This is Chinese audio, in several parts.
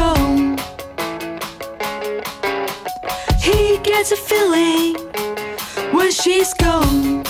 gone. He gets a feeling when she's gone.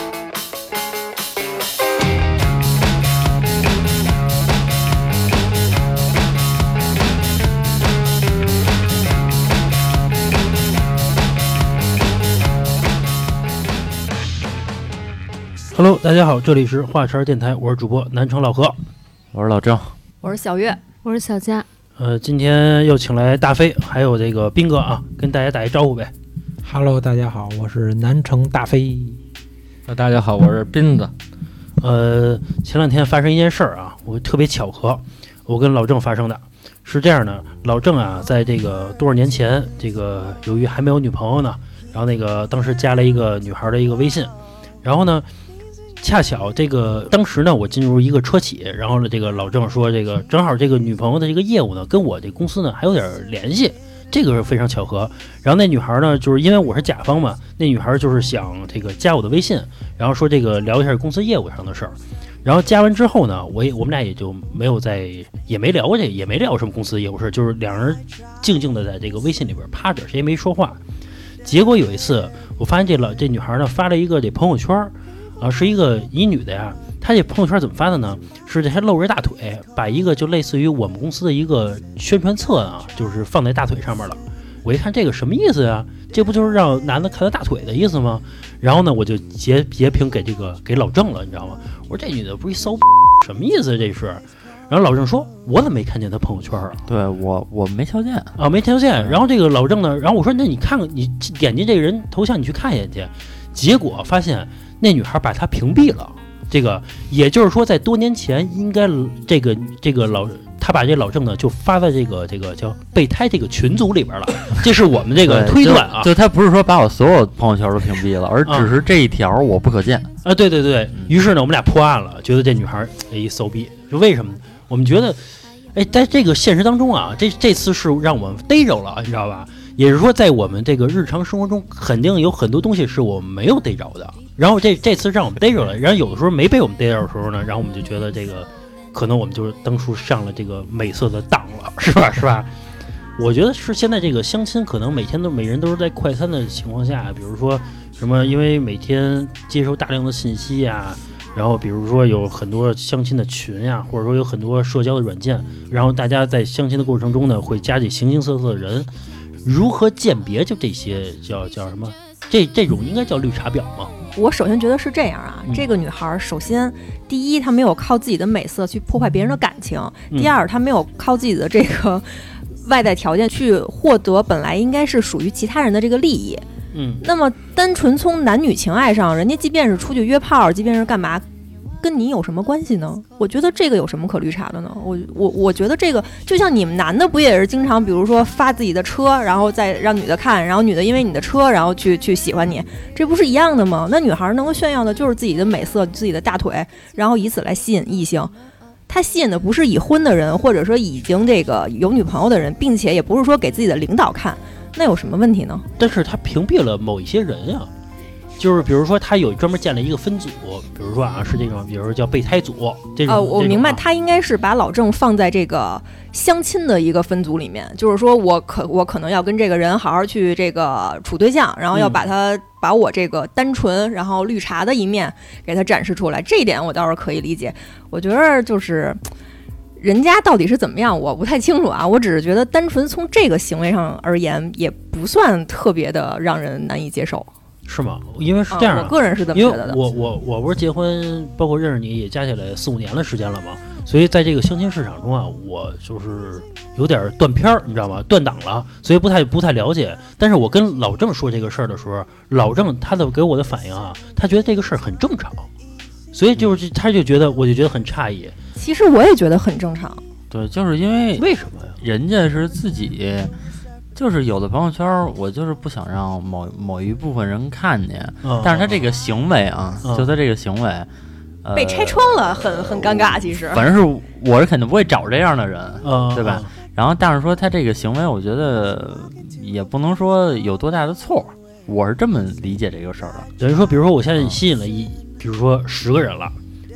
Hello， 大家好，这里是华晨电台，我是主播南城老何， 我是老郑， 我是小月， 我是小佳。 今天又请来大飞，还有这个斌哥啊，跟大家打一招呼呗。 Hello， 大家好，我是南城大飞。 大家好，我是斌子。 前两天发生一件事儿啊，我特别巧合，我跟老郑发生的是这样的。老郑啊，在这个多少年前，这个由于还没有女朋友呢，然后那个当时加了一个女孩的一个微信，然后呢。恰巧这个当时呢，我进入一个车企，然后呢，这个老郑说，这个正好这个女朋友的这个业务呢，跟我这公司呢还有点联系，这个是非常巧合。然后那女孩呢，就是因为我是甲方嘛，那女孩就是想这个加我的微信，然后说这个聊一下公司业务上的事儿。然后加完之后呢，我们俩也就没有也没聊过这个，也没聊什么公司的业务事，就是两人静静的在这个微信里边趴着，谁也没说话。结果有一次，我发现这女孩呢发了一个这朋友圈。是一女的呀，她这朋友圈怎么发的呢？是这还露着大腿，把一个就类似于我们公司的一个宣传册啊，就是放在大腿上面了。我一看这个什么意思呀？这不就是让男的看她大腿的意思吗？然后呢，我就截屏给老郑了，你知道吗？我说这女的不是一骚逼，什么意思这是？然后老郑说：“我怎么没看见她朋友圈啊？” 对我没瞧见啊，没瞧见。然后这个老郑呢，然后我说：“那你看看，你点进这个人头像，你去看一眼去。”结果发现。那女孩把他屏蔽了，这个也就是说，在多年前，应该这个他把这老郑呢就发在这个叫备胎这个群组里边了，这是我们这个推断啊。 就他不是说把我所有朋友圈都屏蔽了，而只是这一条我不可见啊。对对对，于是呢，我们俩破案了，觉得这女孩骚逼，是为什么呢？我们觉得，在这个现实当中啊，这次是让我们逮着了，你知道吧？也是说，在我们这个日常生活中，肯定有很多东西是我们没有逮着的。然后这次让我们逮着了，然后有的时候没被我们逮着的时候呢，然后我们就觉得这个可能我们就当初上了这个美色的当了，是吧？我觉得是现在这个相亲，可能每人都是在快餐的情况下，比如说什么，因为每天接收大量的信息啊，然后比如说有很多相亲的群呀，或者说有很多社交的软件，然后大家在相亲的过程中呢，会加起形形色色的人。如何鉴别就这些叫什么？这种应该叫绿茶婊吗？ 我首先觉得是这样啊，这个女孩首先第一，她没有靠自己的美色去破坏别人的感情；第二，她没有靠自己的这个外在条件去获得本来应该是属于其他人的这个利益。那么单纯从男女情爱上，人家即便是出去约炮，即便是干嘛。跟你有什么关系呢？我觉得这个有什么可绿茶的呢？我觉得这个就像你们男的不也是经常，比如说发自己的车，然后再让女的看，然后女的因为你的车，然后去喜欢你，这不是一样的吗？那女孩能够炫耀的就是自己的美色、自己的大腿，然后以此来吸引异性。她吸引的不是已婚的人，或者说已经这个有女朋友的人，并且也不是说给自己的领导看，那有什么问题呢？ 但是她屏蔽了某一些人呀。就是比如说他有专门建了一个分组，比如说啊是这种，比如说叫备胎组这种。 我明白，他应该是把老郑放在这个相亲的一个分组里面，就是说我可能要跟这个人好好去这个处对象，然后要把我这个单纯然后绿茶的一面给他展示出来，这一点我倒是可以理解。我觉得就是人家到底是怎么样，我不太清楚啊。我只是觉得单纯从这个行为上而言，也不算特别的让人难以接受。 是吗？因为是这样， 我个人是这么觉得的。 因为我不是结婚，包括认识你也加起来4-5年的时间了嘛，所以在这个相亲市场中啊，我就是有点断片儿，你知道吗？断档了，所以不太了解。但是我跟老郑说这个事儿的时候，老郑他给我的反应啊，他觉得这个事儿很正常，所以他就觉得我就觉得很诧异。 其实我也觉得很正常。 对，就是因为什么呀？ 人家是自己。就是有的朋友圈，我就是不想让某一部分人看见，但是他这个行为啊，就他这个行为， 被拆穿了，很尴尬。其实， 反正是我是肯定不会找这样的人，对吧？然后，但是说他这个行为，我觉得也不能说有多大的错，我是这么理解这个事儿的。 等于说，比如说我现在吸引了比如说10个人了，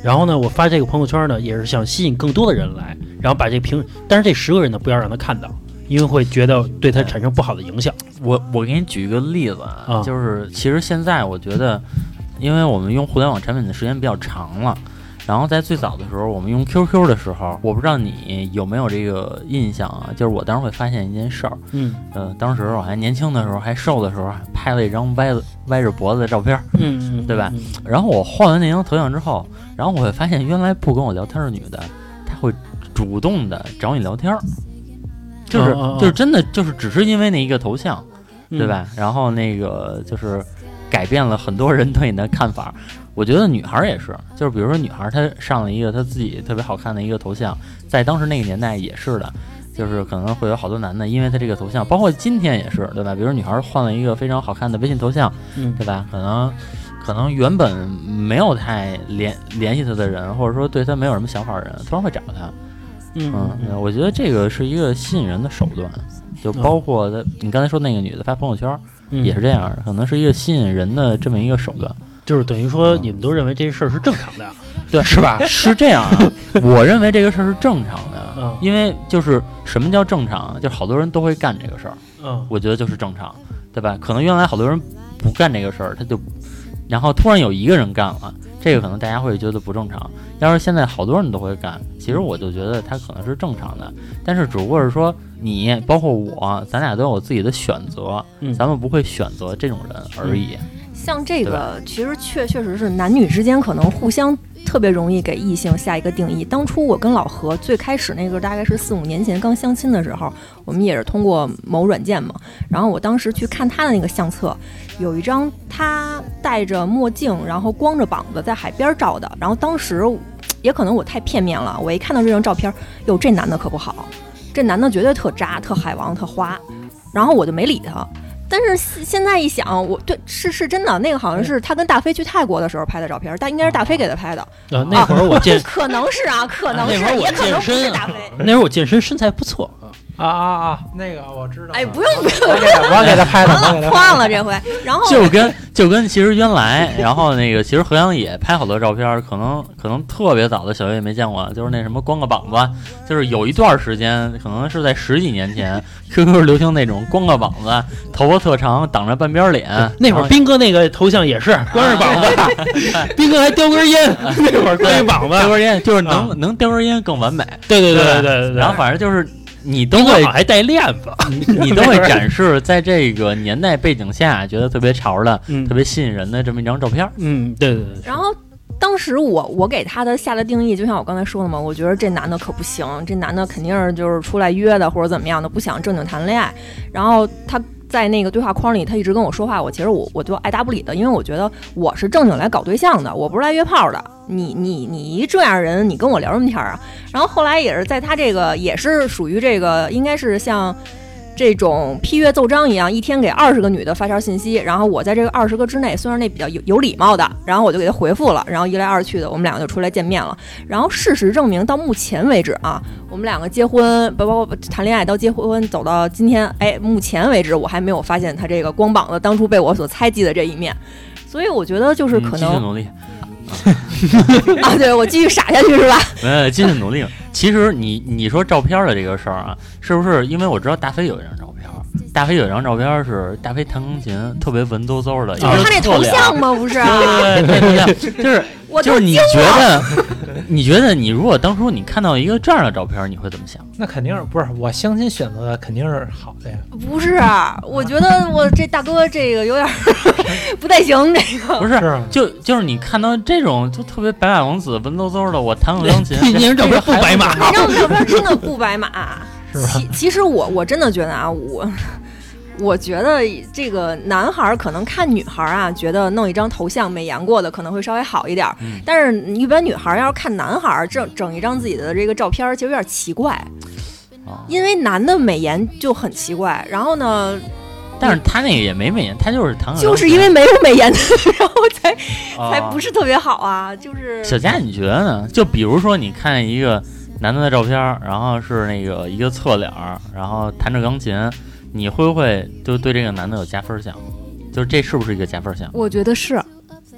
然后呢，我发这个朋友圈呢，也是想吸引更多的人来，然后把这但是这10个人呢，不要让他看到，因为会觉得对他产生不好的影响。 我给你举一个例子啊，就是其实现在我觉得，因为我们用互联网产品的时间比较长了。然后在最早的时候，我们用 QQ 的时候，我不知道你有没有这个印象啊？就是我当时会发现一件事儿，当时我还年轻的时候，还瘦的时候，拍了一张歪着脖子的照片，对吧？然后我换完那张头像之后，然后我会发现，原来不跟我聊天的女的，她会主动的找你聊天，就是真的就是只是因为那一个头像，对吧？然后那个就是改变了很多人对你的看法。我觉得女孩也是，就是比如说女孩她上了一个她自己特别好看的一个头像，在当时那个年代也是的，就是可能会有好多男的因为她这个头像，包括今天也是，对吧？比如女孩换了一个非常好看的微信头像，对吧？可能原本没有太联系她的人，或者说对她没有什么想法的人，突然会找她。我觉得这个是一个吸引人的手段，就包括你刚才说那个女的发朋友圈，也是这样的，可能是一个吸引人的这么一个手段。 就是等于说，你们都认为这事儿是正常的， 对，是吧？是这样啊，我认为这个事儿是正常的，因为就是什么叫正常，就是好多人都会干这个事儿，我觉得就是正常，对吧？可能原来好多人不干这个事儿，然后突然有一个人干了，这个可能大家会觉得不正常。要是现在好多人都会干，其实我就觉得它可能是正常的，但是只不过是说你包括我，咱俩都有自己的选择，咱们不会选择这种人而已。 像这个其实确实是男女之间可能互相特别容易给异性下一个定义。当初我跟老何最开始那个大概是4-5年前刚相亲的时候，我们也是通过某软件嘛，然后我当时去看他的那个相册，有一张他戴着墨镜然后光着膀子在海边照的，然后当时也可能我太片面了，我一看到这张照片，哟，这男的可不好，这男的绝对特渣特海王特花，然后我就没理他。但是现在一想，是真的，那个好像是他跟大飞去泰国的时候拍的照片，但应该是大飞给他拍的。 那会儿我可能是啊，可能是，也可能不是大飞。 那会儿我健身身材不错那个我知道。 哎，不用， 我给他拍的， 破案了这回。然后就跟其实原来，然后那个其实何阳也拍好多照片，可能特别早的小月也没见过，就是那什么光个膀子，就是有一段时间，可能是在10几年前 ，QQ 流行那种光个膀子，头发特长，挡着半边脸。 那会儿斌哥那个头像也是光着膀子，斌哥还叼根烟，那会儿光着膀子， 叼根烟就是能叼根烟更完美。 对。 然后反正就是。你都会还带链子， 你都会展示在这个年代背景下觉得特别潮的、特别吸引人的这么一张照片。 对。 然后当时我给他的下的定义，就像我刚才说的嘛，我觉得这男的可不行，这男的肯定是就是出来约的或者怎么样的，不想正经谈恋爱。然后他在那个对话框里，他一直跟我说话，我其实我就爱答不理的，因为我觉得我是正经来搞对象的，我不是来约炮的。你这样人，你跟我聊什么天啊？然后后来也是在他这个也是属于这个，应该是像这种批阅奏章一样，一天给20个女的发条信息，然后我在这个20个之内，虽然那比较有礼貌的，然后我就给他回复了，然后一来二去的，我们两个就出来见面了。然后事实证明，到目前为止啊，我们两个结婚，包括谈恋爱到结婚，走到今天，目前为止我还没有发现他这个光膀子当初被我所猜忌的这一面。所以我觉得就是可能继续努力对，我继续傻下去是吧？ 继续努力。其实你说照片的这个事儿啊，是不是因为我知道大飞有一张照片？大飞有一张照片是大飞弹钢琴，特别文绉绉的， 就是他那头像吗？不是， 对，就是你觉得你如果当初你看到一个这样的照片，你会怎么想？ 那肯定是不是我相亲选择的肯定是好的呀。 不是，我觉得我这大哥这个有点不太行，这个不是，就是你看到这种就特别白马王子文绉绉的，我弹个钢琴， 那张照片不白马， 那张照片真的不白马。 是其实我真的觉得啊，我觉得这个男孩可能看女孩啊，觉得弄一张头像美颜过的可能会稍微好一点，但是一般女孩要是看男孩整一张自己的这个照片，就有点奇怪，因为男的美颜就很奇怪。然后呢， 但是他那个也没美颜，他就是弹个钢琴， 就是因为没有美颜的，然后才不是特别好啊。就是小佳，你觉得呢？就比如说你看一个男的的照片，然后是那个一个侧脸，然后弹着钢琴，你会不会就对这个男的有加分项？就是这是不是一个加分项？ 我觉得是，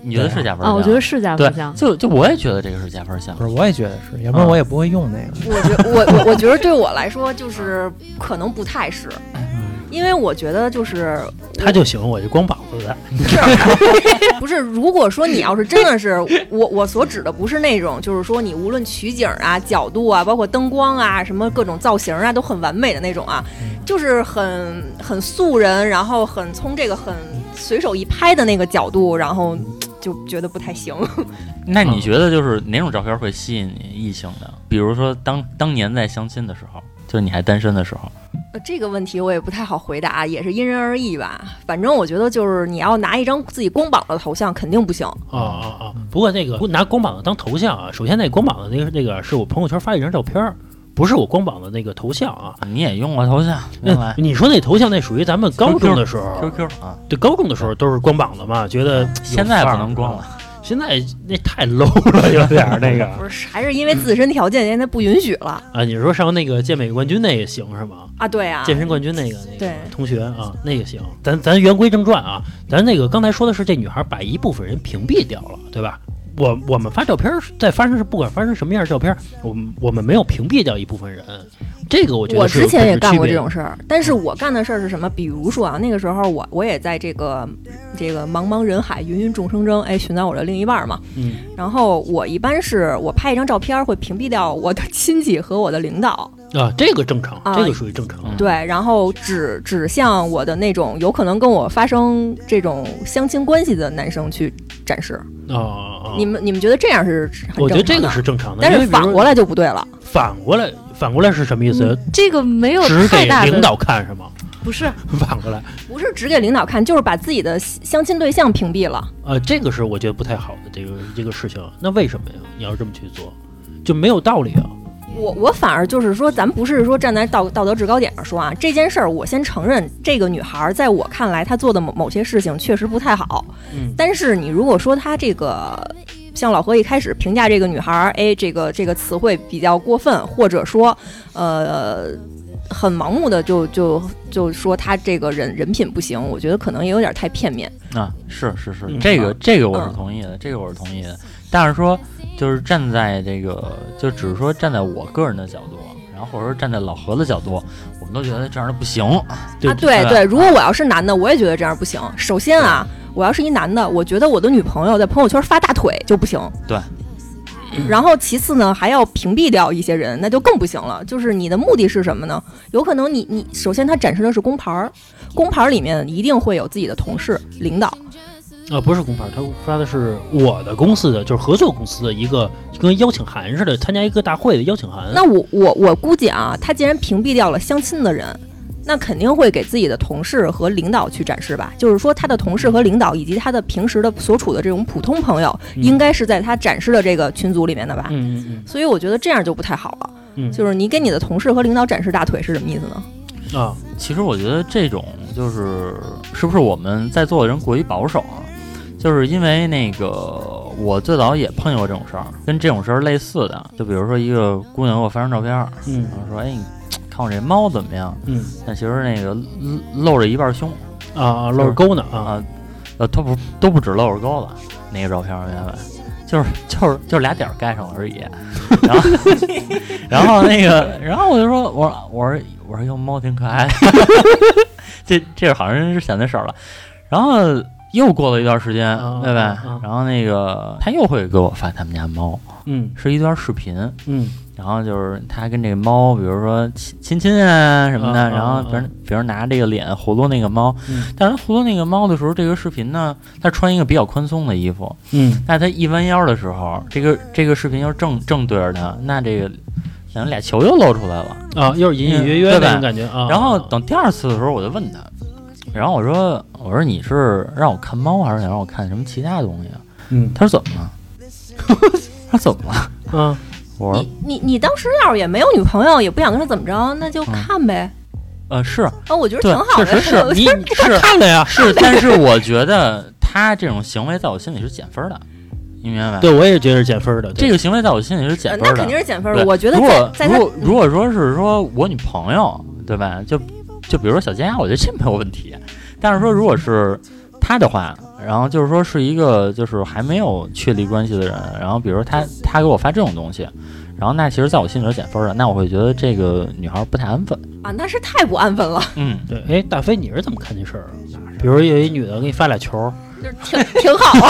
你觉得是加分项？ 我觉得是加分项。 就我也觉得这个是加分项。 不是，我也觉得是，要不然我也不会用那个。我觉得对我来说就是可能不太是。因为我觉得就是他就喜欢我这光膀子的， 不是？如果说你要是真的是我所指的不是那种，就是说你无论取景啊、角度啊，包括灯光啊、什么各种造型啊，都很完美的那种啊，就是很素人，然后从这个很随手一拍的那个角度，然后就觉得不太行。 那你觉得就是哪种照片会吸引你异性的？比如说当年在相亲的时候，就是你还单身的时候。 这个问题我也不太好回答，也是因人而异吧。反正我觉得就是你要拿一张自己光膀的头像肯定不行。 不过那个拿光膀子当头像啊，首先那光膀子那个是我朋友圈发一张照片，不是我光膀的那个头像啊。 你也用过头像？ 你说那头像那属于咱们高中的时候 ，QQ 啊， 对，高中的时候都是光膀子嘛，觉得现在不能光了。 现在那太 low 了，有点那个。 不是，还是因为自身条件现在不允许了啊？你说上那个健美冠军那个行是吗？ 啊，对啊， 健身冠军那个同学啊，那个行。咱言归正传啊，咱那个刚才说的是这女孩把一部分人屏蔽掉了，对吧？我们发照片，不管发生什么样的照片，我们没有屏蔽掉一部分人。这个我觉得我之前也干过这种事儿，但是我干的事儿是什么？比如说啊，那个时候我也在这个茫茫人海、芸芸众生中，寻找我的另一半嘛。然后我一般是我拍一张照片会屏蔽掉我的亲戚和我的领导啊，这个正常，这个属于正常。 对，然后只向我的那种有可能跟我发生这种相亲关系的男生去展示。你们觉得这样是很正常的？ 我觉得这个是正常的， 但是反过来就不对了。 反过来是什么意思？ 这个没有只给领导看是吗？ 不是， 反过来不是只给领导看，就是把自己的相亲对象屏蔽了。 这个是我觉得不太好的这个事情。那为什么呀？你要这么去做，就没有道理啊。 我反而就是说，咱不是说站在道德制高点上说啊，这件事儿我先承认，这个女孩在我看来她做的某些事情确实不太好。但是你如果说她这个像老何一开始评价这个女孩，这个词汇比较过分，或者说很盲目的就说她这个人品不行，我觉得可能也有点太片面啊。是，这个我是同意的，这个我是同意的。但是说就是站在这个，就只是说站在我个人的角度，然后或者说站在老何的角度，我们都觉得这样的不行啊。 对，如果我要是男的，我也觉得这样不行。首先啊，我要是一男的，我觉得我的女朋友在朋友圈发大腿就不行。 对。 然后其次呢，还要屏蔽掉一些人，那就更不行了。就是你的目的是什么呢？有可能你首先他展示的是工牌，工牌里面一定会有自己的同事、领导。 不是工牌，他发的是我的公司的，就是合作公司的一个跟邀请函似的，参加一个大会的邀请函。 那我估计啊，他既然屏蔽掉了相亲的人，那肯定会给自己的同事和领导去展示吧。就是说，他的同事和领导以及他的平时的所处的这种普通朋友，应该是在他展示的这个群组里面的吧。所以我觉得这样就不太好了。就是你给你的同事和领导展示大腿是什么意思呢？ 其实我觉得这种是不是我们在座的人过于保守啊？就是因为那个，我最早也碰见过这种事儿，跟这种事儿类似的。就比如说一个姑娘给我发张照片，然后说：“你看我这猫怎么样？”但其实那个露着一半胸啊，露着沟呢啊， 都不止露着沟了。那个照片明白？就是俩点盖上了而已。然后我就说，我说哟，猫挺可爱的。这好像是想那事儿了。然后又过了一段时间，对吧？然后那个他又会给我发他们家猫，是一段视频，然后就是他跟这个猫，比如说亲啊什么的，然后比如拿这个脸活动那个猫，但是活动那个猫的时候，这个视频呢，他穿一个比较宽松的衣服，但他一弯腰的时候，这个视频要正对着他，那这个两俩球又露出来了啊，又是隐隐约约那种感觉啊。 然后等第二次的时候，我就问他。然后我说你是让我看猫，还是想让我看什么其他东西啊？他说怎么了？他说怎么了？我说你当时要是也没有女朋友，也不想跟他怎么着，那就看呗。 是我觉得挺好的。 是你是看了呀， 是，但是我觉得他这种行为在我心里是减分的。你明白吗？ 对，我也觉得是减分的。 这个行为在我心里是减分的， 那肯定是减分。我觉得如果说是说我女朋友，对吧？就比如说小佳，我觉得这没有问题。但是说如果是他的话， 然后就是说是一个就是还没有确立关系的人，然后比如说他给我发这种东西，然后那其实在我心里是减分的，那我会觉得这个女孩不太安分啊，那是太不安分了。 对。哎，大飞你是怎么看这事儿？比如有一女的给你发俩球， 就是挺好啊，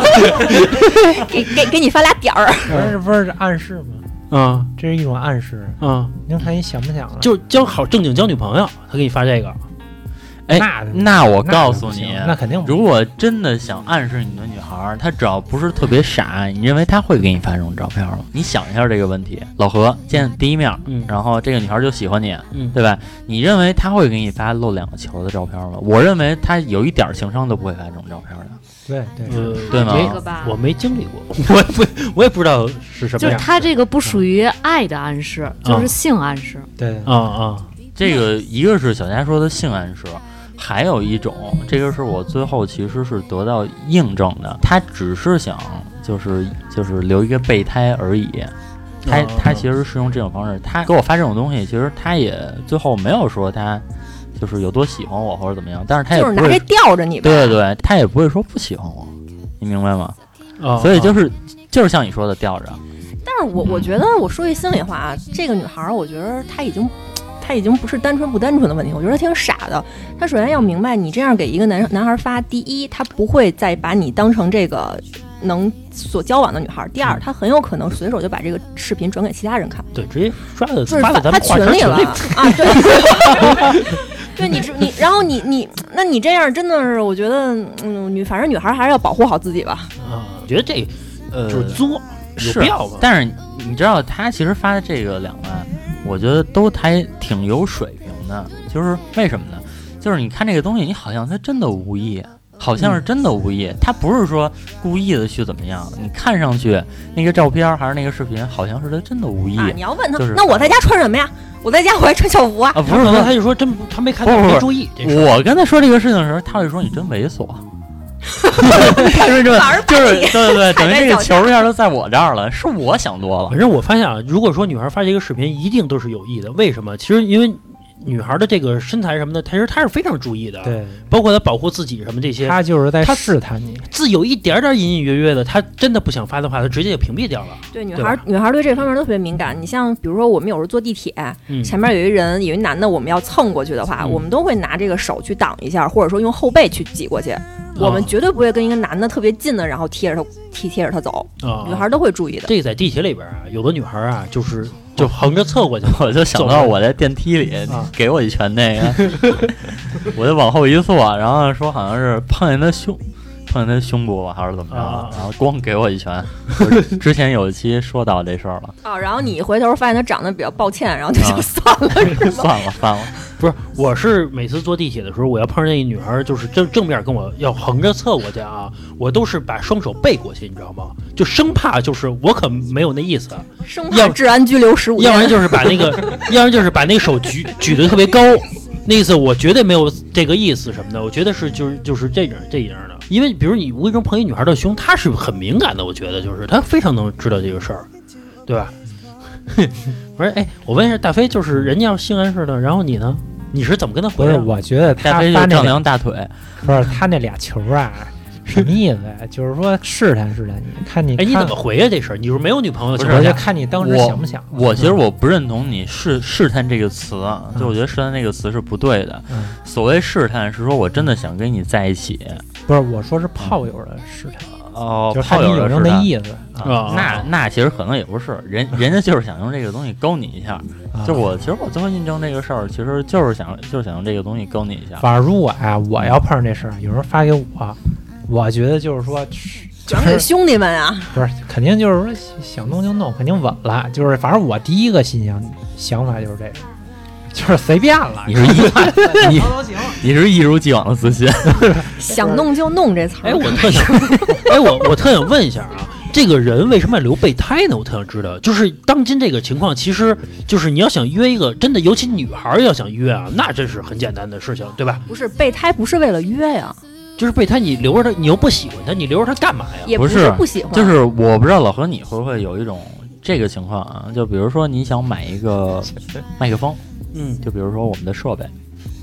给你发俩点儿， 不是暗示吗？这是一种暗示。您看你想不想了？ 就正经交女朋友，他给你发这个。 哎，那我告诉你， 那肯定不。 如果真的想暗示你的女孩，她只要不是特别傻，你认为她会给你发这种照片吗？你想一下这个问题。老何见第一面，然后这个女孩就喜欢你，对吧？你认为她会给你发露2个球的照片吗？我认为她有一点情商都不会发这种照片的。 对吗？ 这个吧， 我没经历过，我也不知道是什么样。 就是他这个不属于爱的暗示，就是性暗示。 对这个一个是小佳说的性暗示。还有一种，这个是我最后其实是得到印证的，他只是想就是留一个备胎而已。他其实是用这种方式，他给我发这种东西，其实他也最后没有说他就是有多喜欢我或者怎么样，但是他也不会就是拿这吊着你吧。 对，他也不会说不喜欢我，你明白吗？所以就是像你说的吊着。 但是我觉得我说句心里话啊，这个女孩我觉得她已经不是单纯不单纯的问题，我觉得挺傻的。他首先要明白，你这样给一个男孩发，第一，他不会再把你当成这个所交往的女孩；第二，他很有可能随手就把这个视频转给其他人看， 对，直接刷的就是发群里了啊！对，对你，然后那你这样真的是，我觉得，反正女孩还是要保护好自己吧。 我觉得这就是作，有必要吗？ 但是你知道，他其实发的这个2万。我觉得都还挺有水平的，就是为什么呢？就是你看这个东西，你好像他真的无意，好像是真的无意，他不是说故意的去怎么样，你看上去那个照片还是那个视频，好像是他真的无意。 你要问他， 就是那我在家穿什么呀？我在家我还穿校服啊。 不是， 他就说他没看到，没注意。 我跟他说这个事情的时候，他会说你真猥琐。他说就是对，等于这个球一下都在我这儿了，是我想多了。 反正我发现啊，如果说女孩发这个视频，一定都是有意的。为什么？其实因为女孩的这个身材什么的，其实她是非常注意的， 对， 包括她保护自己什么这些， 她就是在试探你。 自有一点点隐隐约约的，她真的不想发的话，她直接就屏蔽掉了。 对，女孩对这方面都特别敏感。你像比如说我们有时候坐地铁，前面有一男的，我们要蹭过去的话，我们都会拿这个手去挡一下，或者说用后背去挤过去。我们绝对不会跟一个男的特别近的，然后贴着他走。女孩都会注意的。 这个在地铁里边啊，有的女孩啊，就横着侧过去， 我就想到我在电梯里给我一拳那个，我就往后一坐，然后说好像是碰见他胸部还是怎么着，然后咣给我一拳。之前有一期说到这事儿了然后你一回头发现他长得比较抱歉，然后就算了，是吗？算了。 不是，我是每次坐地铁的时候，我要碰上那女孩，就是正面跟我要横着侧过去啊，我都是把双手背过去，你知道吗？就生怕就是我可没有那意思， 生怕治安拘留15天， 要不然就是把那个手举得特别高，那意思我绝对没有这个意思什么的，我觉得是就是这样的。因为比如你无意中碰一女孩的胸，她是很敏感的，我觉得就是她非常能知道这个事儿，对吧？不是，我问一下大飞，就是人家要性暗示的，然后你呢？你是怎么跟他回？ 不是，我觉得他发那两大腿， 不是他那俩球啊，什么意思呀？就是说试探你，看你。 你怎么回呀？这事儿你是没有女朋友， 我就看你当时想不想。 我其实我不认同你试探这个词啊，就我觉得试探这个词是不对的。所谓试探是说我真的想跟你在一起， 不是我说是炮友的试探。就是炮友有这么意思那其实可能也不是，人家就是想用这个东西勾你一下。就其实我最后印证这个事儿，其实就是想用这个东西勾你一下。 反正如果我要碰上这事儿，有人发给我觉得就是说， 转给兄弟们啊， 不是肯定就是说想弄就弄，肯定稳了。就是反正我第一个想法就是这个。就是随便了， 你是一如既往的自信， 想弄就弄这词儿。 我特想问一下啊，这个人为什么要留备胎呢？我特想知道，就是当今这个情况，其实就是你要想约一个真的，尤其女孩要想约啊，那真是很简单的事情，对吧？ 不是备胎，不是为了约呀。 就是备胎，你留着他，你又不喜欢他，你留着他干嘛呀？ 也不是不喜欢， 就是我不知道老何你会不会有一种这个情况啊？就比如说你想买一个麦克风。就比如说我们的设备，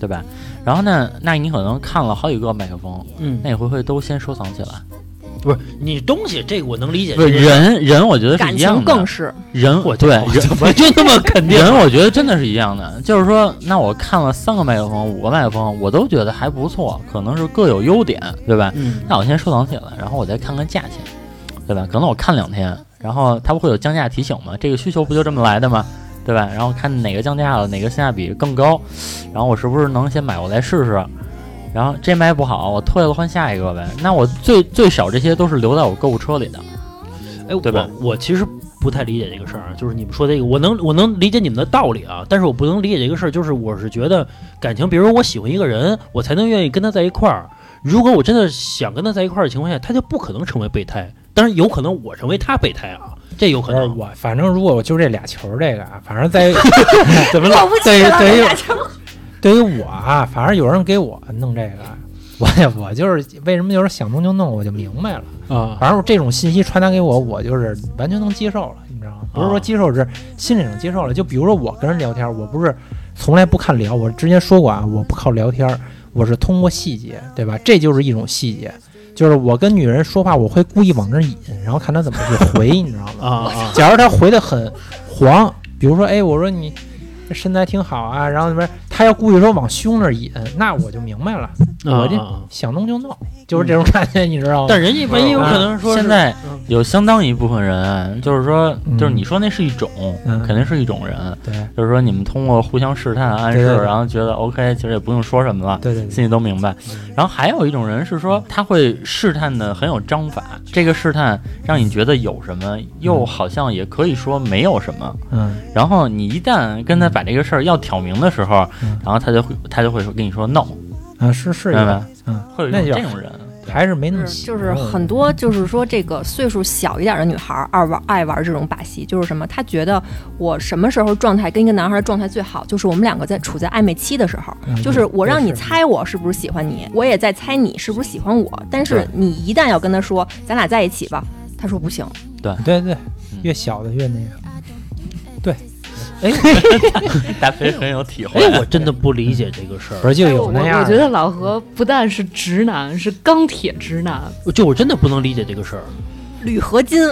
对吧？然后呢，那你可能看了好几个麦克风，那你会不会都先收藏起来？ 不是你东西，这个我能理解。 不是人，我觉得是一样的。 感情更是人，我对人， 我就那么肯定。 人，我觉得真的是一样的。就是说，那我看了3个麦克风、5个麦克风，我都觉得还不错，可能是各有优点，对吧？那我先收藏起来，然后我再看看价钱，对吧？可能我看2天，然后它不会有降价提醒吗？这个需求不就这么来的吗？对吧？然后看哪个降价了，哪个性价比更高，然后我是不是能先买过来试试？然后这卖不好，我退了换下一个呗。那我最少这些都是留在我购物车里的， 哎， 对吧？ 我其实不太理解这个事儿，就是你们说这个，我能理解你们的道理啊，但是我不能理解这个事儿，就是我是觉得感情，比如我喜欢一个人，我才能愿意跟他在一块儿。如果我真的想跟他在一块儿的情况下，他就不可能成为备胎，当然有可能我成为他备胎啊，这有可能。 我反正如果我就这俩球这个啊，反正在怎么了？ 对于我啊，反正有人给我弄这个，我就是为什么就是想弄就弄，我就明白了啊。反正这种信息传达给我，我就是完全能接受了，你知道吗？不是说接受，是心里上接受了。就比如说我跟人聊天，我不是从来不看聊，我之前说过啊，我不靠聊天，我是通过细节，对吧？这就是一种细节。就是我跟女人说话，我会故意往那引，然后看她怎么去回，你知道吗？假如她回的很黄，比如说，哎，我说你身材挺好啊，然后他要故意说往胸那儿引，那我就明白了，我这想弄就弄，就是这种感觉，你知道吗？ 但人家万一有可能说， 现在有相当一部分人，就是说，就是你说那是一种，肯定是一种人， 对， 就是说你们通过互相试探暗示，然后觉得 OK， 其实也不用说什么了， 对， 心里都明白。然后还有一种人是说，他会试探的很有章法，这个试探让你觉得有什么，又好像也可以说没有什么，然后你一旦跟他把这个事儿要挑明的时候，然后他就会跟你说 no 啊，是明白？会有这种人， 还是没那么就是很多就是说这个岁数小一点的女孩爱玩这种把戏，就是什么？她觉得我什么时候状态跟一个男孩的状态最好，就是我们两个处在暧昧期的时候，就是我让你猜我是不是喜欢你，我也在猜你是不是喜欢我，但是你一旦要跟他说咱俩在一起吧，他说不行。 对，越小的越那个。对。 哎，大飞很有体会。 哎，我真的不理解这个事儿。 不是就有那样？ 我觉得老何不但是直男，是钢铁直男。 我真的不能理解这个事儿。 铝合金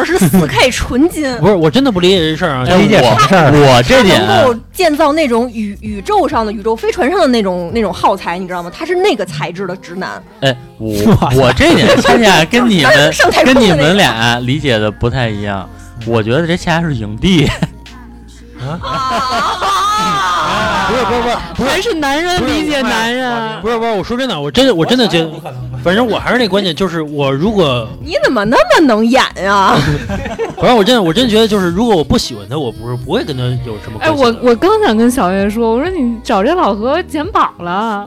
24K 纯金。 不是，我真的不理解这事儿啊！ 理解什么事儿？ 我这点能够建造那种宇宙上的宇宙飞船上的那种耗材，你知道吗？他是那个材质的直男。 哎，我这点恰恰跟你们俩理解的不太一样。我觉得这恰恰是影帝。 不是，还是男人理解男人。 不是，我说真的，我真的觉得，反正我还是那观点，就是我如果你怎么那么能演呀？ 反正我真觉得，就是如果我不喜欢他，我不会跟他有什么关系。 我刚想跟小月说，我说你找这老何捡宝了。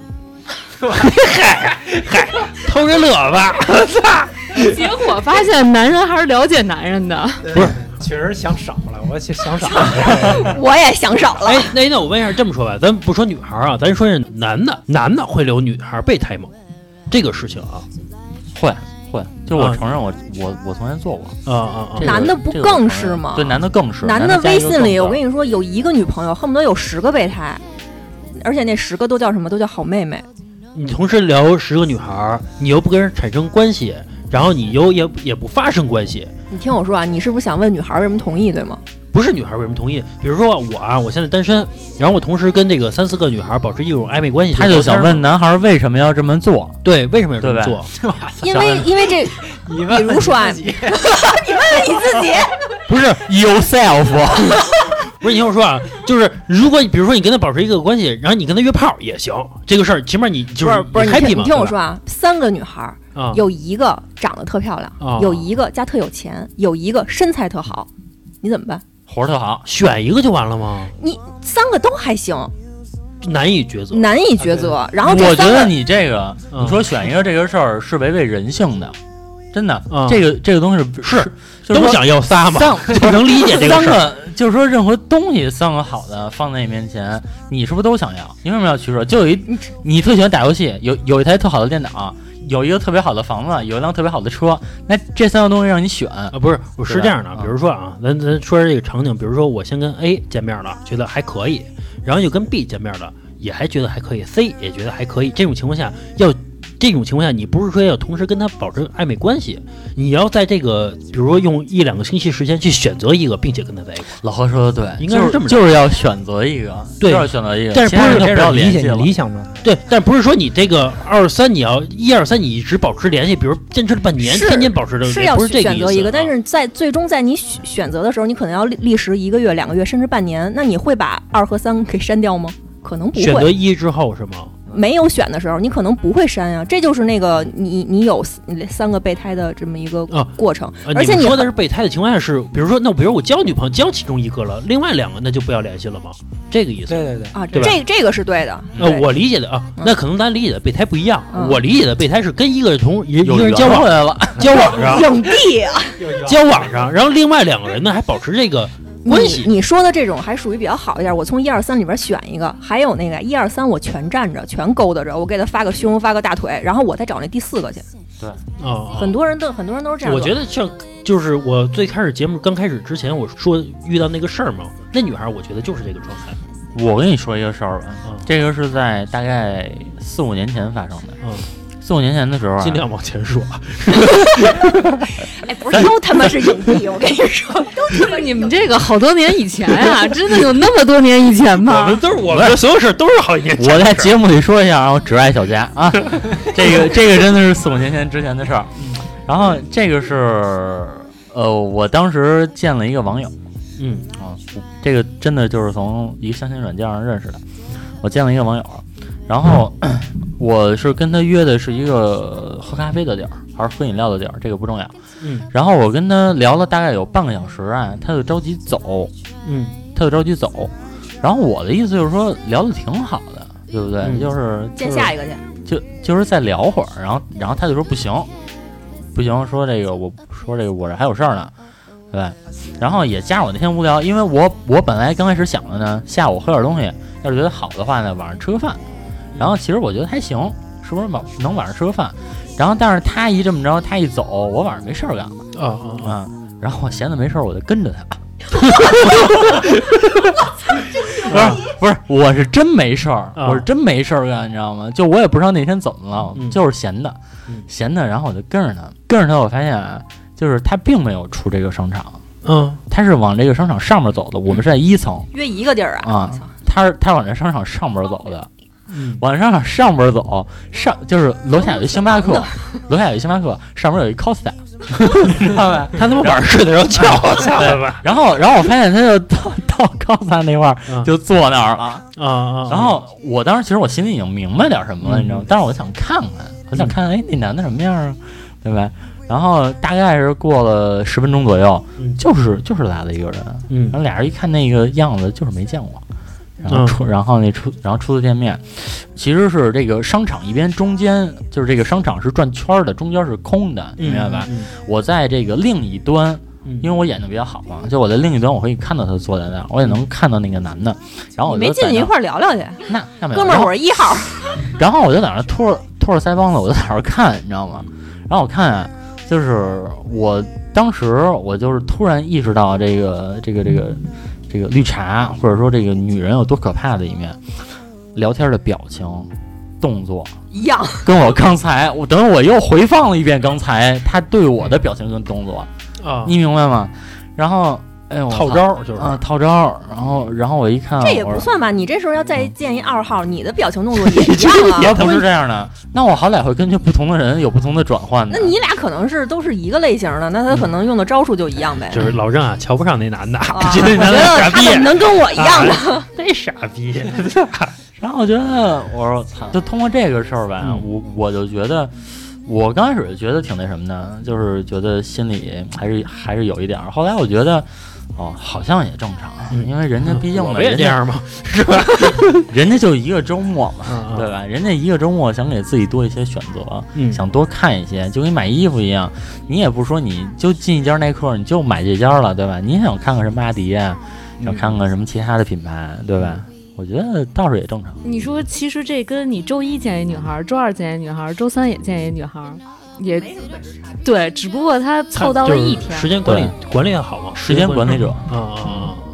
嗨，偷着乐吧！ 结果发现男人还是了解男人的。 不是。 确实想少了，我想少了， 我也想少了。 哎，那我问一下，这么说吧，咱不说女孩啊，咱说是男的会留女孩备胎吗？这个事情啊， 会，就我承认我从前做过啊。 男的不更是吗？ 对，男的更是。 男的微信里，我跟你说，有一个女朋友，恨不得有10个备胎，而且那10个都叫什么？都叫好妹妹。 你同时聊10个女孩，你又不跟人产生关系。然后你也不发生关系， 你听我说啊，你是不是想问女孩为什么同意，对吗？ 不是女孩为什么同意，比如说我现在单身，然后我同时跟这个3、4个女孩保持一种暧昧关系， 他就想问男孩为什么要这么做？ 对，为什么要这么做？ 因为这，比如说啊，你问问你自己， 不是 yourself。 不是你听我说啊，就是如果比如说你跟他保持一个关系，然后你跟他约炮也行，这个事儿起码你就是不是 happy嘛。 你听我说啊，3个女孩，有一个长得特漂亮，有一个家特有钱，有一个身材特好，你怎么办？ 活特好， 选一个就完了吗？ 你3个都还行。 难以抉择，然后我觉得你这个，你说选一个这个事儿是违背人性的，真的，这个东西是都想要仨嘛，就能理解这个事儿。 就是说，任何东西3个好的放在你面前，你是不是都想要？你为什么要取舍？就有你特喜欢打游戏，有一台特好的电脑，有一个特别好的房子，有一辆特别好的车，那这3个东西让你选啊？ 不是，我是这样的，比如说啊，咱说这个场景，比如说我先跟 A 见面了，觉得还可以，然后又跟 B 见面了， 也还觉得还可以 ，C 也觉得还可以，这种情况下你不是说要同时跟他保持暧昧关系，你要在这个比如说用1-2个星期时间去选择一个，并且跟他在一块。 老何说的对， 应该是这么就是要选择一个， 对， 就是选择一个， 但是不是不要联系了， 理想中对，但不是说你这个23你要123你一直保持联系，比如坚持了半年，天天保持的， 是要不是这个选择一个，但是最终在你选择的时候，你可能要历时1个月、2个月，甚至半年。那你会把2和3给删掉吗？可能不会。 选择1之后是吗？ 没有选的时候，你可能不会删啊，这就是那个你有3个备胎的这么一个过程，而且你说的是备胎的情况下是，比如说比如我交女朋友交其中一个了，另外2个那就不要联系了吗？这个意思？ 对啊， 对这个是对的。 我理解的啊，那可能咱理解的备胎不一样。我理解的备胎是跟一个人交往来了， 交往上影帝啊， 交往上，然后另外2个人呢还保持这个。关系你说的这种还属于比较好一点，我从1、2、3里边选一个，还有那个1、2、3我全站着，全勾搭着，我给他发个胸，发个大腿，然后我再找那第4个去。 对， 很多人都是这样。 我觉得就是我最开始节目刚开始之前我说遇到那个事儿嘛，那女孩我觉得就是这个状态。 我跟你说一个事儿吧，这个是在大概4、5年前发生的。4、5年前的时候尽量往前说。 哎，不是都他妈是影帝，我跟你说，都他妈你们这个好多年以前啊，真的有那么多年以前吗？ 我们的所有事都是好几年前。 我在节目里说一下，然后只爱小佳啊，这个真的是4、5年前之前的事儿。然后这个是我当时见了一个网友，这个真的就是从一个相亲软件上认识的。我见了一个网友，然后我是跟他约的是一个喝咖啡的地儿，还是喝饮料的地儿，这个不重要。然后我跟他聊了大概有半个小时啊，他就着急走，然后我的意思就是说聊得挺好的，对不对？就是见下一个去， 就是再聊会儿，然后他就说不行，说这个我这还有事儿呢，对吧？然后也加上我那天无聊，因为我本来刚开始想的呢，下午喝点东西，要是觉得好的话呢，晚上吃个饭。然后其实我觉得还行，是不是能晚上吃个饭？然后但是他这么着，他一走，我晚上没事儿干了然后我闲的没事儿，我就跟着他。不是，我是真没事儿，我是真没事儿干，你知道吗？就我也不知道那天怎么了，就是闲的，然后我就跟着他，我发现啊，就是他并没有出这个商场，他是往这个商场上面走的，我们是在1层， 约一个地儿啊， 他往这商场上边走的。往商场上边走，就是楼下有一星巴克，上面有一 Costa， 知道吧？ 他他妈晚上睡的时候叫我下来吧。 然后我发现他就到 Costa 那块儿就坐那儿了然后我当时其实我心里已经明白点什么了，你知道吗？但是我想看看，哎，那男的什么样啊，对吧？然后大概是过了10分钟左右，就是来了一个人，然后俩人一看那个样子就是没见过。然后初次见面，其实是这个商场一边中间就是这个商场是转圈的，中间是空的，你明白吧？我在这个另一端，因为我眼睛比较好嘛，就我在另一端我可以看到他坐在那儿，我也能看到那个男的。然后我就没进去一块聊聊去， 那没有， 哥们儿我是1号。然后我就在那拖着腮帮子，我就在那看，你知道吗？然后我看就是我当时我就是突然意识到这个绿茶或者说这个女人有多可怕的一面，聊天的表情、动作一样， 跟我刚才我又回放了一遍刚才他对我的表情跟动作你明白吗？然后哎呦， 套招就是套招，然后我一看， 这也不算吧？你这时候要再见一2号，你的表情动作也一样啊， 也不是这样的。那我好歹会根据不同的人有不同的转换的。 那你俩可能都是一个类型的，那他可能用的招数就一样呗。 就是老郑啊，瞧不上那男的， 觉得那男的傻逼， 他怎么能跟我一样呢？ 那傻逼。 然后我觉得，我说操，就通过这个事儿吧，我就觉得。我刚开始觉得挺那什么的，就是觉得心里还是有一点。后来我觉得，好像也正常，因为人家毕竟我也这样嘛，是吧？ 人家就一个周末嘛，对吧？人家一个周末想给自己多一些选择，想多看一些，就跟买衣服一样，你也不是说你就进一家耐克你就买这家了，对吧？你想看看什么阿迪啊，想看看什么其他的品牌，对吧？我觉得倒是也正常。 你说，其实这跟你周1见一女孩，周2见一女孩，周3也见一女孩，也对，只不过他凑到了一天。 时间管理好吗？ 时间管理者，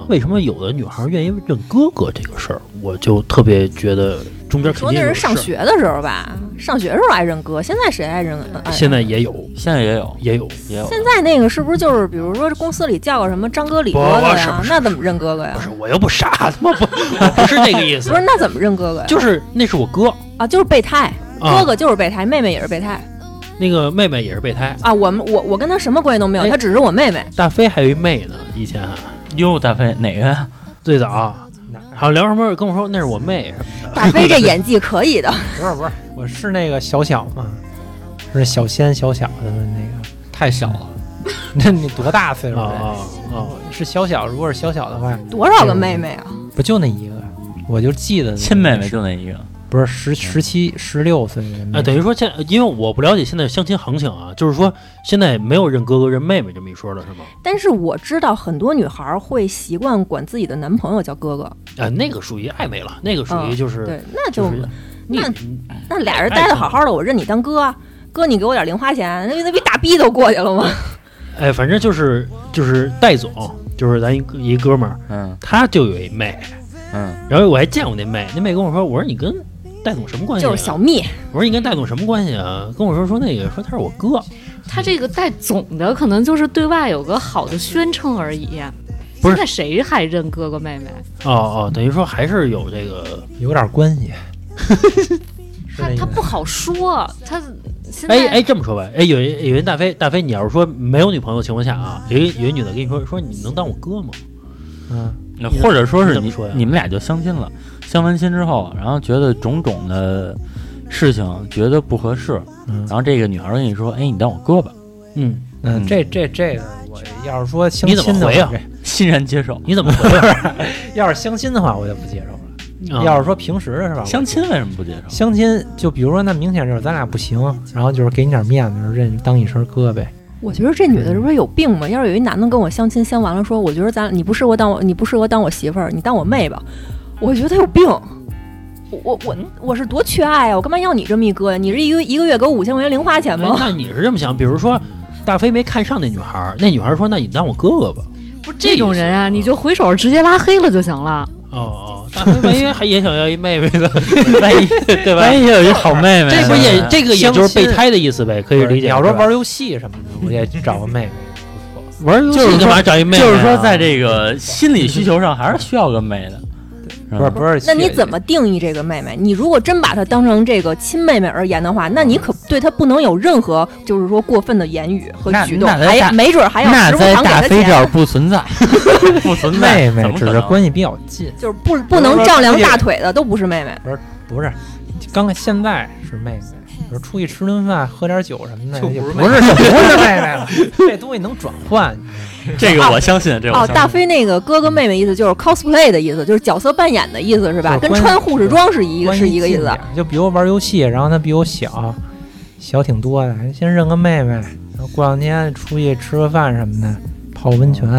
为什么有的女孩愿意认哥哥这个事儿，我就特别觉得中间肯定有事。 说那是上学的时候吧，上学的时候爱认哥，现在谁爱认？ 现在也有， 现在也有。 现在那个是不是就是比如说公司里叫个什么张哥李哥哥呀？那怎么认哥哥呀？ 不是，我又不傻，他妈不是这个意思。 不是，那怎么认哥哥呀？ 就是那是我哥啊，就是备胎，哥哥就是备胎，妹妹也是备胎。 那个妹妹也是备胎啊，我跟她什么关系都没有，她只是我妹妹。 大飞还有一妹呢，以前哟，大飞哪个呀？ 最早好像聊什么跟我说那是我妹什么的。 大飞这演技可以的。 不是，我是那个小嘛，是小仙小的那个， 太小了。 那你多大岁数啊？ 是小，如果是小的话， 多少个妹妹啊？ 不就那一个？我就记得亲妹妹就那一个。 不是17、16岁的等于说因为我不了解现在相亲行情啊，就是说现在没有认哥哥认妹妹这么一说了，是吗？ 但是我知道很多女孩会习惯管自己的男朋友叫哥哥， 那个属于暧昧了，那个属于就是对，那就那俩人待得好好的，我认你当哥，哥你给我点零花钱，那比打逼都过去了吗？ 反正就是戴总，就是咱一哥们儿，他就有一妹，然后我还见过那妹跟我说，我说你跟戴总什么关系？ 就是小蜜。 我说你跟戴总什么关系啊？跟我说那个，说他是我哥。 他这个戴总的可能就是对外有个好的宣称而已。 不是， 现在谁还认哥哥妹妹？ 等于说还是有这个有点关系。 他不好说，他现在这么说吧，有人大飞，你要是说没有女朋友的情况下啊，有一女的跟你说你能当我哥吗？ 或者说是你们俩就相亲了。相完亲之后，然后觉得种种的事情觉得不合适，然后这个女孩跟你说：“哎，你当我哥吧。” 这个我要是说相亲的话， 欣然接受。 你怎么回啊？ 要是相亲的话，我就不接受了。要是说平时的是吧？ 相亲为什么不接受？ 相亲就比如说，那明显就是咱俩不行，然后就是给你点面子，认当一声哥呗。 我觉得这女的是不是有病嘛？要是有一男的跟我相亲，相完了说，我觉得你不适合当我媳妇儿，你当我妹吧。我觉得他有病，我是多缺爱啊！我干嘛要你这么一哥呀？你是一个月给我5000块钱零花钱吗？ 那你是这么想？比如说大飞没看上那女孩，那女孩说：“那你当我哥哥吧。” 不是这种人啊，你就回手直接拉黑了就行了。 大飞万一还也想要一妹妹的，对吧？ 万一也有一好妹妹， 这个也就是备胎的意思呗，可以理解。 你要说玩游戏什么的，我也找个妹妹。 玩游戏干嘛找一妹妹？ 就是说在这个心理需求上还是需要个妹的。 不是， 那你怎么定义这个妹妹？你如果真把她当成这个亲妹妹而言的话，那你可对她不能有任何就是说过分的言语和举动，还没准还要时不常给她钱。 那在大飞这儿不存在，不存在。 妹妹只是关系比较近， 就是不能丈量大腿的都不是妹妹。 不是，现在是妹妹。就是出去吃顿饭、喝点酒什么的， 就不是妹妹了。这东西能转换， 这个我相信。 大飞那个哥哥妹妹意思就是 cosplay 的意思，就是角色扮演的意思是吧？跟穿护士装是一个意思。 就比如玩游戏，然后他比我小挺多的，先认个妹妹，然后过两天出去吃个饭什么的，泡温泉。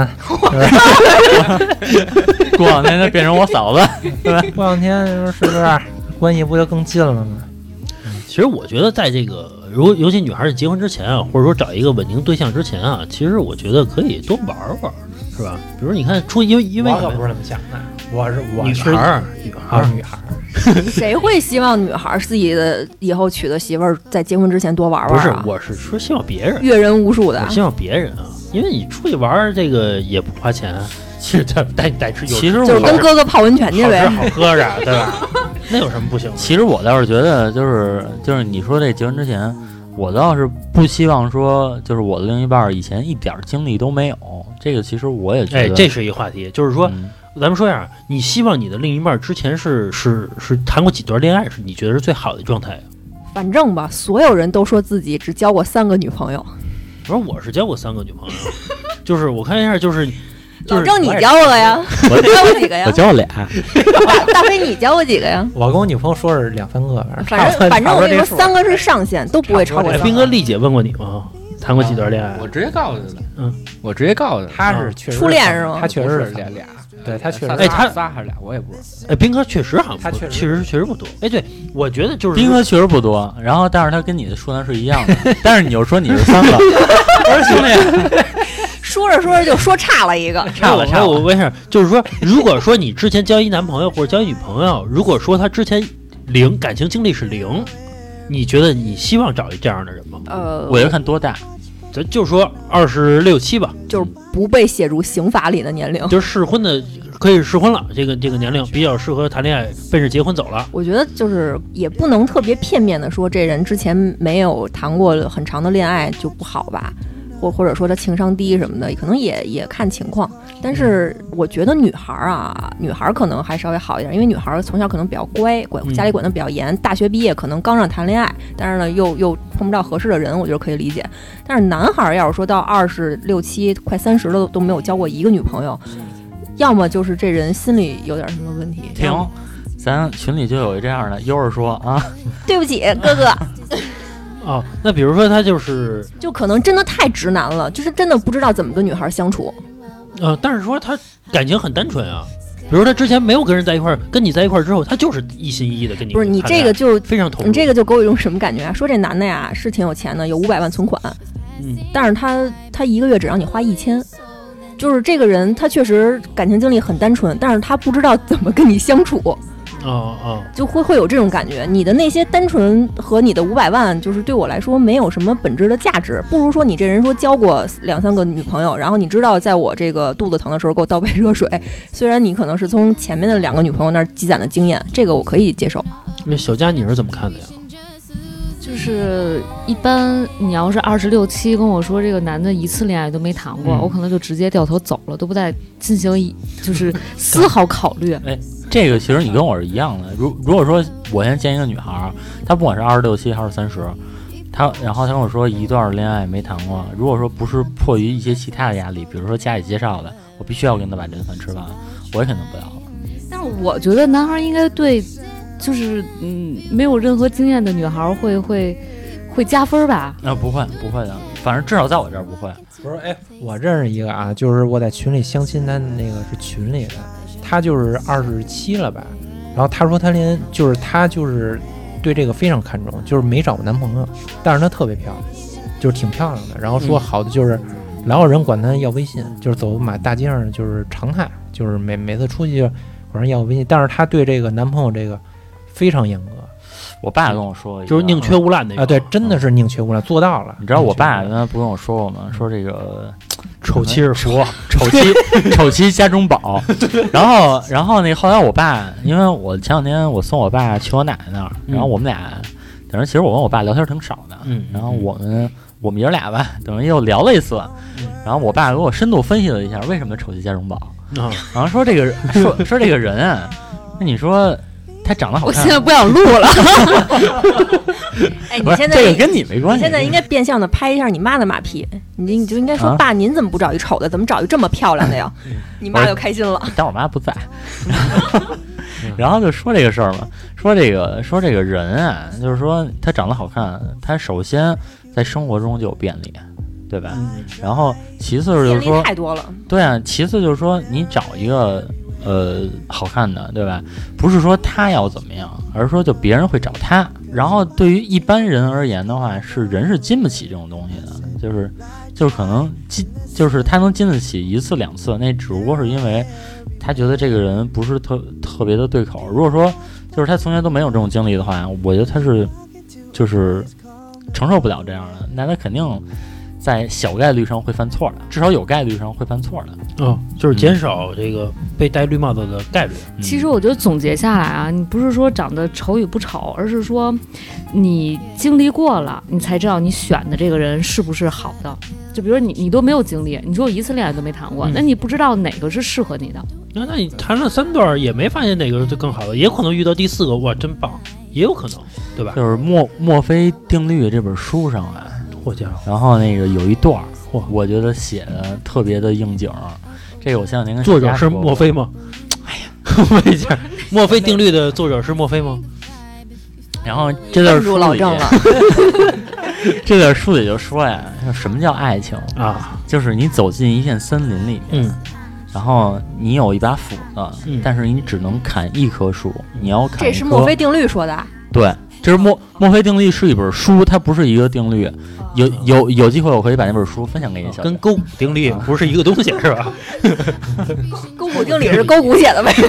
过两天就变成我嫂子，对吧？ 过两天是不是关系不就更近了吗？ 其实我觉得，在这个尤其女孩在结婚之前啊，或者说找一个稳定对象之前啊，其实我觉得可以多玩玩，是吧？比如你看因为我可不是这么想的，我是女孩， 谁会希望女孩自己的以后娶的媳妇儿在结婚之前多玩玩？ 不是，我是说希望别人阅人无数的， 我希望别人啊，因为你出去玩这个也不花钱。其实带吃， 其实就是跟哥哥泡温泉去呗， 好喝着，对吧？那有什么不行？ 其实我倒是觉得，就是你说这结婚之前，我倒是不希望说，就是我的另一半以前一点经历都没有。这个其实我也觉得， 这是一个话题，就是说，咱们说一下，你希望你的另一半之前是谈过几段恋爱，是你觉得是最好的状态？ 反正吧，所有人都说自己只交过3个女朋友。 我是交过3个女朋友，就是我看一下，就是。 老郑，你交过呀？我交过几个呀？ 我交过2。 大飞，你交过几个呀？ 我跟我女朋友说是2、3个， 反正我跟你说，3个是上限，都不会超过3个。 斌哥、丽姐问过你吗？谈过几段恋爱？ 我直接告诉他，我直接告诉他，他是确实初恋是吗？ 他确实是俩， 对他确实， 他仨还是俩，我也不知道。 斌哥确实好像他确实不多。对，我觉得就是斌哥确实不多，然后但是他跟你的数量是一样的，但是你又说你是3个，我说兄弟。 数说着说着就说差了一个， 差了。 我问一下，就是说，如果说你之前交一男朋友或者交一女朋友，如果说他之前0感情经历是0，你觉得你希望找一这样的人吗？ 我要看多大。 咱就说26、27吧， 就是不被写入刑法里的年龄， 就是适婚的可以适婚了，这个年龄比较适合谈恋爱，奔着结婚走了。 我觉得就是也不能特别片面的说这人之前没有谈过很长的恋爱就不好吧，或者说他情商低什么的，可能也看情况。但是我觉得女孩可能还稍微好一点，因为女孩从小可能比较乖，家里管得比较严，大学毕业可能刚上谈恋爱，但是呢又碰不到合适的人，我觉得可以理解。但是男孩要是说到26、27快30了都没有交过一个女朋友，要么就是这人心里有点什么问题。 停，咱群里就有一这样的，悠儿说啊， 对不起哥哥。 哦，那比如说他就可能真的太直男了，就是真的不知道怎么跟女孩相处。 但是说他感情很单纯啊，比如他之前没有跟人在一块儿，跟你在一块儿之后，他就是一心一意的跟你。 不是你这个就非常投入， 你这个就给我一种什么感觉啊？说这男的呀是挺有钱的，有500万存款，但是他一个月只让你花1000，就是这个人他确实感情经历很单纯，但是他不知道怎么跟你相处。就会有这种感觉，你的那些单纯和你的500万，就是对我来说没有什么本质的价值，不如说你这人说交过2、3个女朋友，然后你知道在我这个肚子疼的时候给我倒杯热水，虽然你可能是从前面的2个女朋友那儿积攒的经验，这个我可以接受。 那小佳你是怎么看的呀？ 就是一般你要是26、27跟我说这个男的一次恋爱都没谈过，我可能就直接掉头走了，都不再进行就是丝毫考虑。 这个其实你跟我是一样的。如果说我现在见一个女孩，她不管是26、27还是30，然后她跟我说一段恋爱没谈过，如果说不是迫于一些其他的压力，比如说家里介绍的，我必须要跟她把这顿饭吃完，我也肯定不要了。 但是我觉得男孩应该对，就是没有任何经验的女孩会加分吧？ 不会的，反正至少在我这儿不会。 不是，我认识一个啊，就是我在群里相亲，他那个是群里的。他就是27了吧，然后他说他就是对这个非常看重，就是没找过男朋友，但是他特别漂亮，就是挺漂亮的。然后说好的就是老有人管他要微信，就是走大街上就是常态，就是每次出去管人要微信，但是他对这个男朋友这个非常严格。 我爸跟我说， 就是宁缺毋滥的对，真的是宁缺毋滥，做到了。 你知道我爸原来不跟我说过吗？说这个丑妻是福， 丑妻家中宝。然后那后来我爸，因为我前2天我送我爸去我奶奶那儿，然后我们俩等于其实我跟我爸聊天挺少的，然后我们爷俩吧，等于又聊了一次，然后我爸给我深度分析了一下为什么丑妻家中宝，然后说这个说这个人啊，那你说。他长得好看， 我现在不想录了。 你现在这个跟你没关系。 你现在应该变相的拍一下你妈的马屁，你就应该说爸，您怎么不找一丑的，怎么找一这么漂亮的呀？你妈就开心了。 但我妈不在，然后就说这个事儿嘛，说这个人啊，就是说他长得好看，他首先在生活中就有便利，对吧？然后其次就是说太多了， 对啊，其次就是说你找一个。好看的，对吧？不是说他要怎么样，而是说就别人会找他。然后对于一般人而言的话，人是经不起这种东西的，就是可能就是他能经得起1次2次，那只不过是因为他觉得这个人不是特别的对口。如果说就是他从前都没有这种经历的话，我觉得他是就是承受不了这样的，那他肯定。在小概率上会犯错的，至少有概率上会犯错的。 就是减少这个被戴绿帽子的概率。 其实我觉得总结下来啊，你不是说长得丑与不丑，而是说你经历过了，你才知道你选的这个人是不是好的。就比如你都没有经历，你说我1次恋爱都没谈过，那你不知道哪个是适合你的。 那你谈了3段也没发现哪个是更好的，也可能遇到第4个，哇，真棒，也有可能，对吧？ 就是墨菲定律这本书上啊。然后那个有一段，我觉得写的特别的应景。这个我前2天跟作者是墨菲吗？哎呀，问一下，墨菲定律的作者是墨菲吗？ 然后这段书老郑了， 这段书里就说呀，什么叫爱情啊？ 就是你走进一片森林里面，然后你有一把斧子，但是你只能砍1棵树，你要砍。 这是墨菲定律说的。 对。 这是墨菲定律是一本书，它不是一个定律。有机会我可以把那本书分享给你。 跟勾股定律不是一个东西是吧？ 勾股定律是勾股写的呗。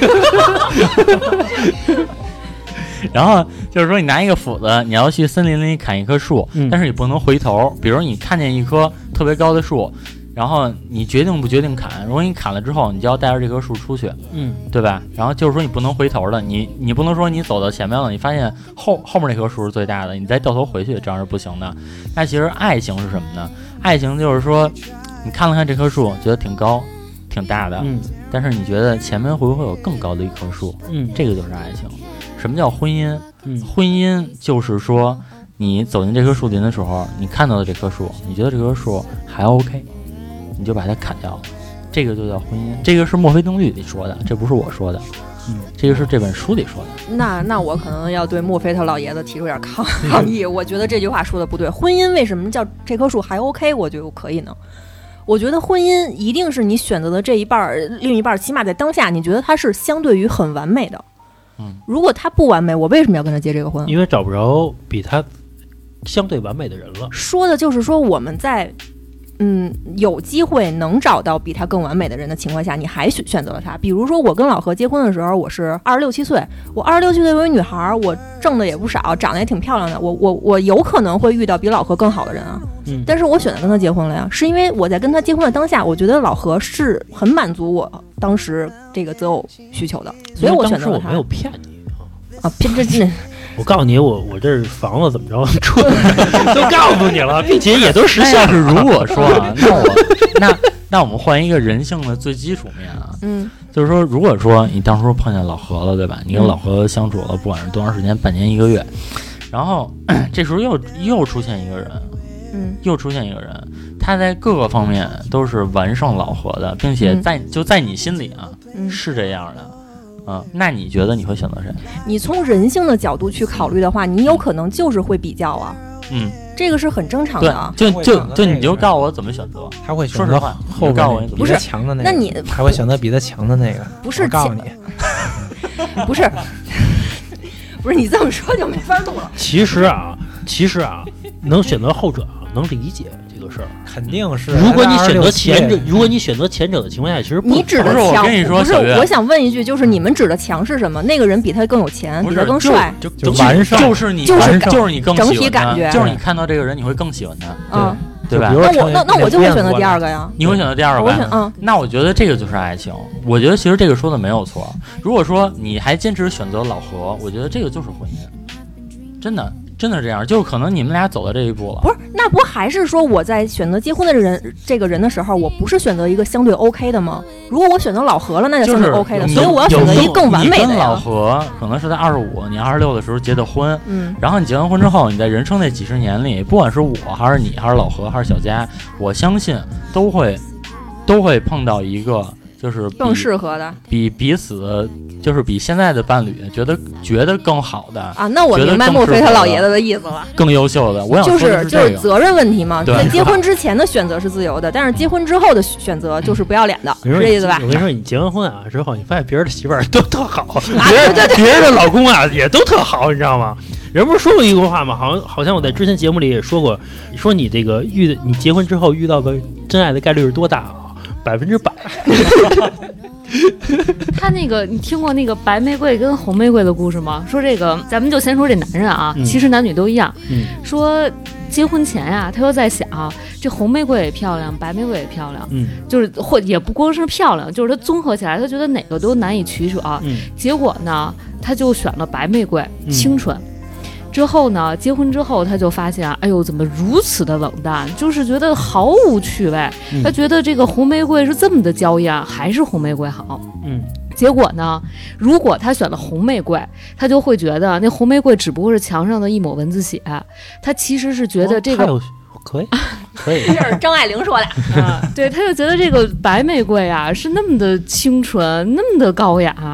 然后就是说，你拿一个斧子，你要去森林里砍一棵树，但是你不能回头。比如你看见一棵特别高的树，然后你决定不决定砍？如果你砍了之后，你就要带着这棵树出去，对吧？然后就是说你不能回头的，你不能说你走到前面了，你发现后面那棵树是最大的，你再掉头回去，这样是不行的。那其实爱情是什么呢？爱情就是说，你看了看这棵树，觉得挺高、挺大的，但是你觉得前面会不会有更高的一棵树？这个就是爱情。什么叫婚姻？婚姻就是说，你走进这棵树林的时候，你看到的这棵树，你觉得这棵树还 OK， 你就把它砍掉了，这个就叫婚姻。这个是墨菲定律里说的，这不是我说的，这个是这本书里说的。 那我可能要对墨菲特老爷子提出点抗议，我觉得这句话说的不对。婚姻为什么叫这棵树还 OK， 我觉得可以呢？我觉得婚姻一定是你选择的这一半，另一半起码在当下，你觉得它是相对于很完美的。如果他不完美，我为什么要跟他结这个婚？ 因为找不着比他相对完美的人了。 说的就是说我们在有机会能找到比他更完美的人的情况下，你还选择了他。比如说我跟老何结婚的时候，我是26、27岁，我26、27岁为女孩，我挣的也不少，长得也挺漂亮的，我有可能会遇到比老何更好的人啊。但是我选择跟他结婚了呀，是因为我在跟他结婚的当下，我觉得老何是很满足我当时这个择偶需求的，所以我选择了他。 当时我没有骗你啊，骗这。 我告诉你，我这房子怎么着出都告诉你了，并且也都实现了。 如果说啊，那我们换一个人性的最基础面啊，就是说，如果说你当初碰见老何了，对吧？你跟老何相处了，不管是多长时间，半年、1个月，然后这时候又出现一个人，又出现一个人，他在各个方面都是完胜老何的，并且在你心里啊，是这样的。那你觉得你会选择谁？ 你从人性的角度去考虑的话，你有可能就是会比较啊。这个是很正常的啊。 就你就告诉我怎么选择。 他会选择后边比他强的那个。 那你他会选择比他强的那个。 不是， 我告诉你， 不是你这么说就没法录了。 其实啊，能选择后者能理解这个事儿。 肯定是。 如果你选择前者的情况下，其实你指的强， 我跟你说， 不是，我想问一句，就是你们指的强是什么？那个人比他更有钱，比他更帅， 就完善， 就是你更整体感觉， 就是你看到这个人你会更喜欢他，对吧？ 那我就会选择第二个呀。 你会选择第二个吧？那我觉得这个就是爱情。我觉得其实这个说的没有错。如果说你还坚持选择老何，我觉得这个就是婚姻，真的这样，就可能你们俩走到这一步了。 不是，那不还是说我在选择结婚的这个人的时候，我不是选择一个相对 OK 的吗？如果我选择老何了，那就相对 OK 的，所以我要选择一个更完美的呀。 你跟老何可能是在25，你26的时候结的婚，然后你结完婚之后，你在人生那几十年里，不管是我还是你，还是老何，还是小佳，我相信都会碰到一个就是更适合的， 比彼此就是比现在的伴侣觉得更好的啊。那我明白墨菲他老爷子的意思了， 更优秀的。我想说的就是责任问题嘛。在结婚之前的选择是自由的，但是结婚之后的选择就是不要脸的，是这意思吧？ 我跟你说，你结完婚啊之后，你发现别人的媳妇儿都特好，别人的老公啊也都特好，你知道吗？人不是说过一句话吗？好像我在之前节目里也说过，说你这个你结婚之后遇到个真爱的概率是多大啊？100%。 他那个，你听过那个白玫瑰跟红玫瑰的故事吗？说这个，咱们就先说这男人啊，其实男女都一样。说结婚前呀，他又在想，这红玫瑰也漂亮，白玫瑰也漂亮，就是也不光是漂亮，就是他综合起来，他觉得哪个都难以取舍。结果呢，他就选了白玫瑰，清纯。之后呢，结婚之后他就发现，哎呦，怎么如此的冷淡，就是觉得毫无趣味。他觉得这个红玫瑰是这么的娇艳，还是红玫瑰好。结果呢，如果他选了红玫瑰，他就会觉得那红玫瑰只不过是墙上的一抹蚊子血，他其实是觉得这个可以， 这是张爱玲说的对，他就觉得这个白玫瑰啊是那么的清纯，那么的高雅。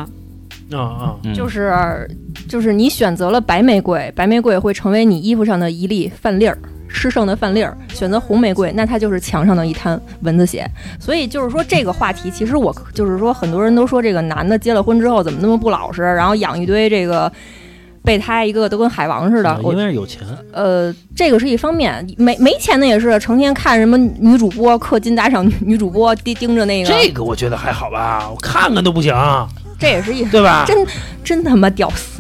就是你选择了白玫瑰，白玫瑰会成为你衣服上的一粒饭粒儿，吃剩的饭粒儿。选择红玫瑰，那它就是墙上的一滩蚊子血。所以就是说这个话题，其实我就是说很多人都说这个男的结了婚之后怎么那么不老实，然后养一堆这个备胎一个都跟海王似的。 因为是有钱。 这个是一方面，没钱的也是成天看什么女主播氪金打赏，女主播盯着那个。 这个我觉得还好吧，我看看都不行。 这也是一对吧？ 真他妈屌丝。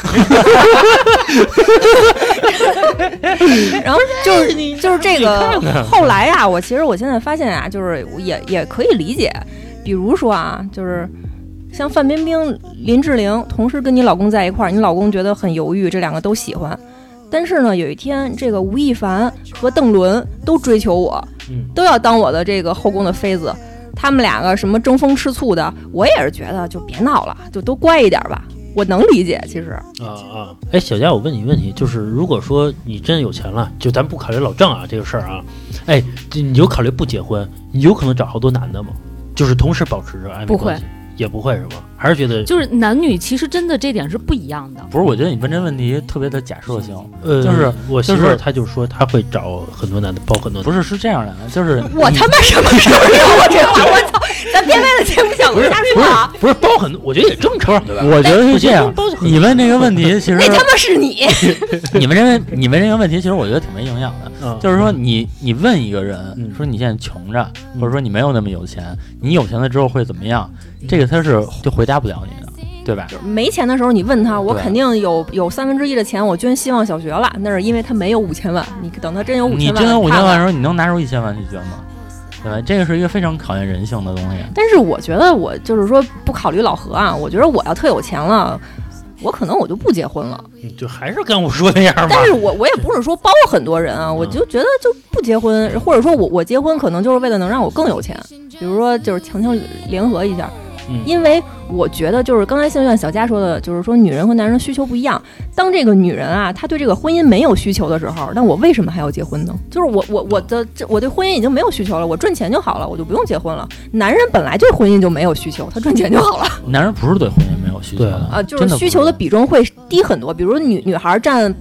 然后就是这个后来啊，其实我现在发现啊，就是也可以理解，比如说啊，就是像范冰冰、林志玲同时跟你老公在一块儿，你老公觉得很犹豫，这两个都喜欢。但是呢，有一天这个吴亦凡和邓伦都追求我，都要当我的这个后宫的妃子。他们两个什么争风吃醋的，我也是觉得就别闹了，就都乖一点吧。我能理解，其实哎，小佳，我问你问题，就是如果说你真有钱了，就咱不考虑老郑啊这个事儿啊，哎，你就考虑不结婚，你有可能找好多男的吗？就是同时保持着暧昧关系。也不会是吧？还是觉得就是男女其实真的这点是不一样的。 不是，我觉得你问这问题特别的假设性。 就是我媳妇儿，她就说她会找很多男的，包很多男的。 不是，是这样的，就是我他妈什么时候有我这话？我操！咱别为了节目想瞎说啊！ 不是包很多，我觉得也正常，对吧？ 我觉得是这样。你问这个问题，其实那他妈是你。 你问这个问题，其实我觉得挺没营养的。就是说，你问一个人，说你现在穷着，或者说你没有那么有钱，你有钱了之后会怎么样？这个他是就回答不了你的，对吧？ 没钱的时候你问他，我肯定有1/3的钱，我捐希望小学了，那是因为他没有5000万。你等他真有5000万， 你真有5000万的时候，你能拿出1000万去捐吗？对吧？这个是一个非常考验人性的东西。 但是我觉得我就是说不考虑老何啊，我觉得我要特有钱了。我可能我就不结婚了， 就还是跟我说那样吧。 但是我也不是说包很多人啊，我就觉得就不结婚，或者说我结婚可能就是为了能让我更有钱，比如说就是强联合一下。因为我觉得就是刚才像小佳说的，就是说女人和男人需求不一样。当这个女人啊，她对这个婚姻没有需求的时候，那我为什么还要结婚呢？就是我对婚姻已经没有需求了，我赚钱就好了，我就不用结婚了。男人本来对婚姻就没有需求，他赚钱就好了。 男人不是对婚姻没有需求的啊，就是需求的比重会低很多。比如女孩占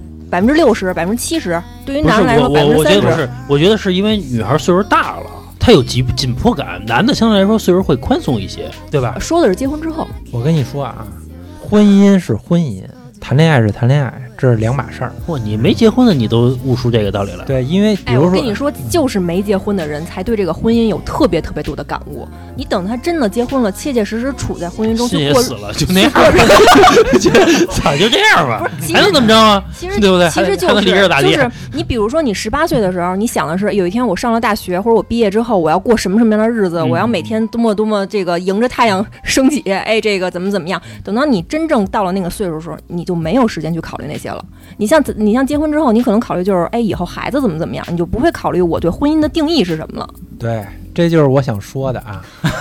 60%、70%，对于男人来说30%。 我觉得是因为女孩岁数大了。他有紧迫感，男的相对来说岁数会宽松一些，对吧？ 说的是结婚之后。 我跟你说啊，婚姻是婚姻，谈恋爱是谈恋爱，这是两码事儿。 嚯，你没结婚的你都悟出这个道理了。 对，因为比如说， 我跟你说，就是没结婚的人才对这个婚姻有特别多的感悟。你等他真的结婚了，切切实实处在婚姻中去过， 死了就那样，咋就这样吧？还能怎么着啊？ 其实对不对？ 其实就是你比如说你18岁的时候，你想的是有一天我上了大学，或者我毕业之后，我要过什么样的日子，我要每天多么这个迎着太阳升起，哎，这个怎么样？等到你真正到了那个岁数的时候，你就没有时间去考虑那些了。你像结婚之后，你可能考虑就是，哎，以后孩子怎么样，你就不会考虑我对婚姻的定义是什么了。 对，这就是我想说的啊，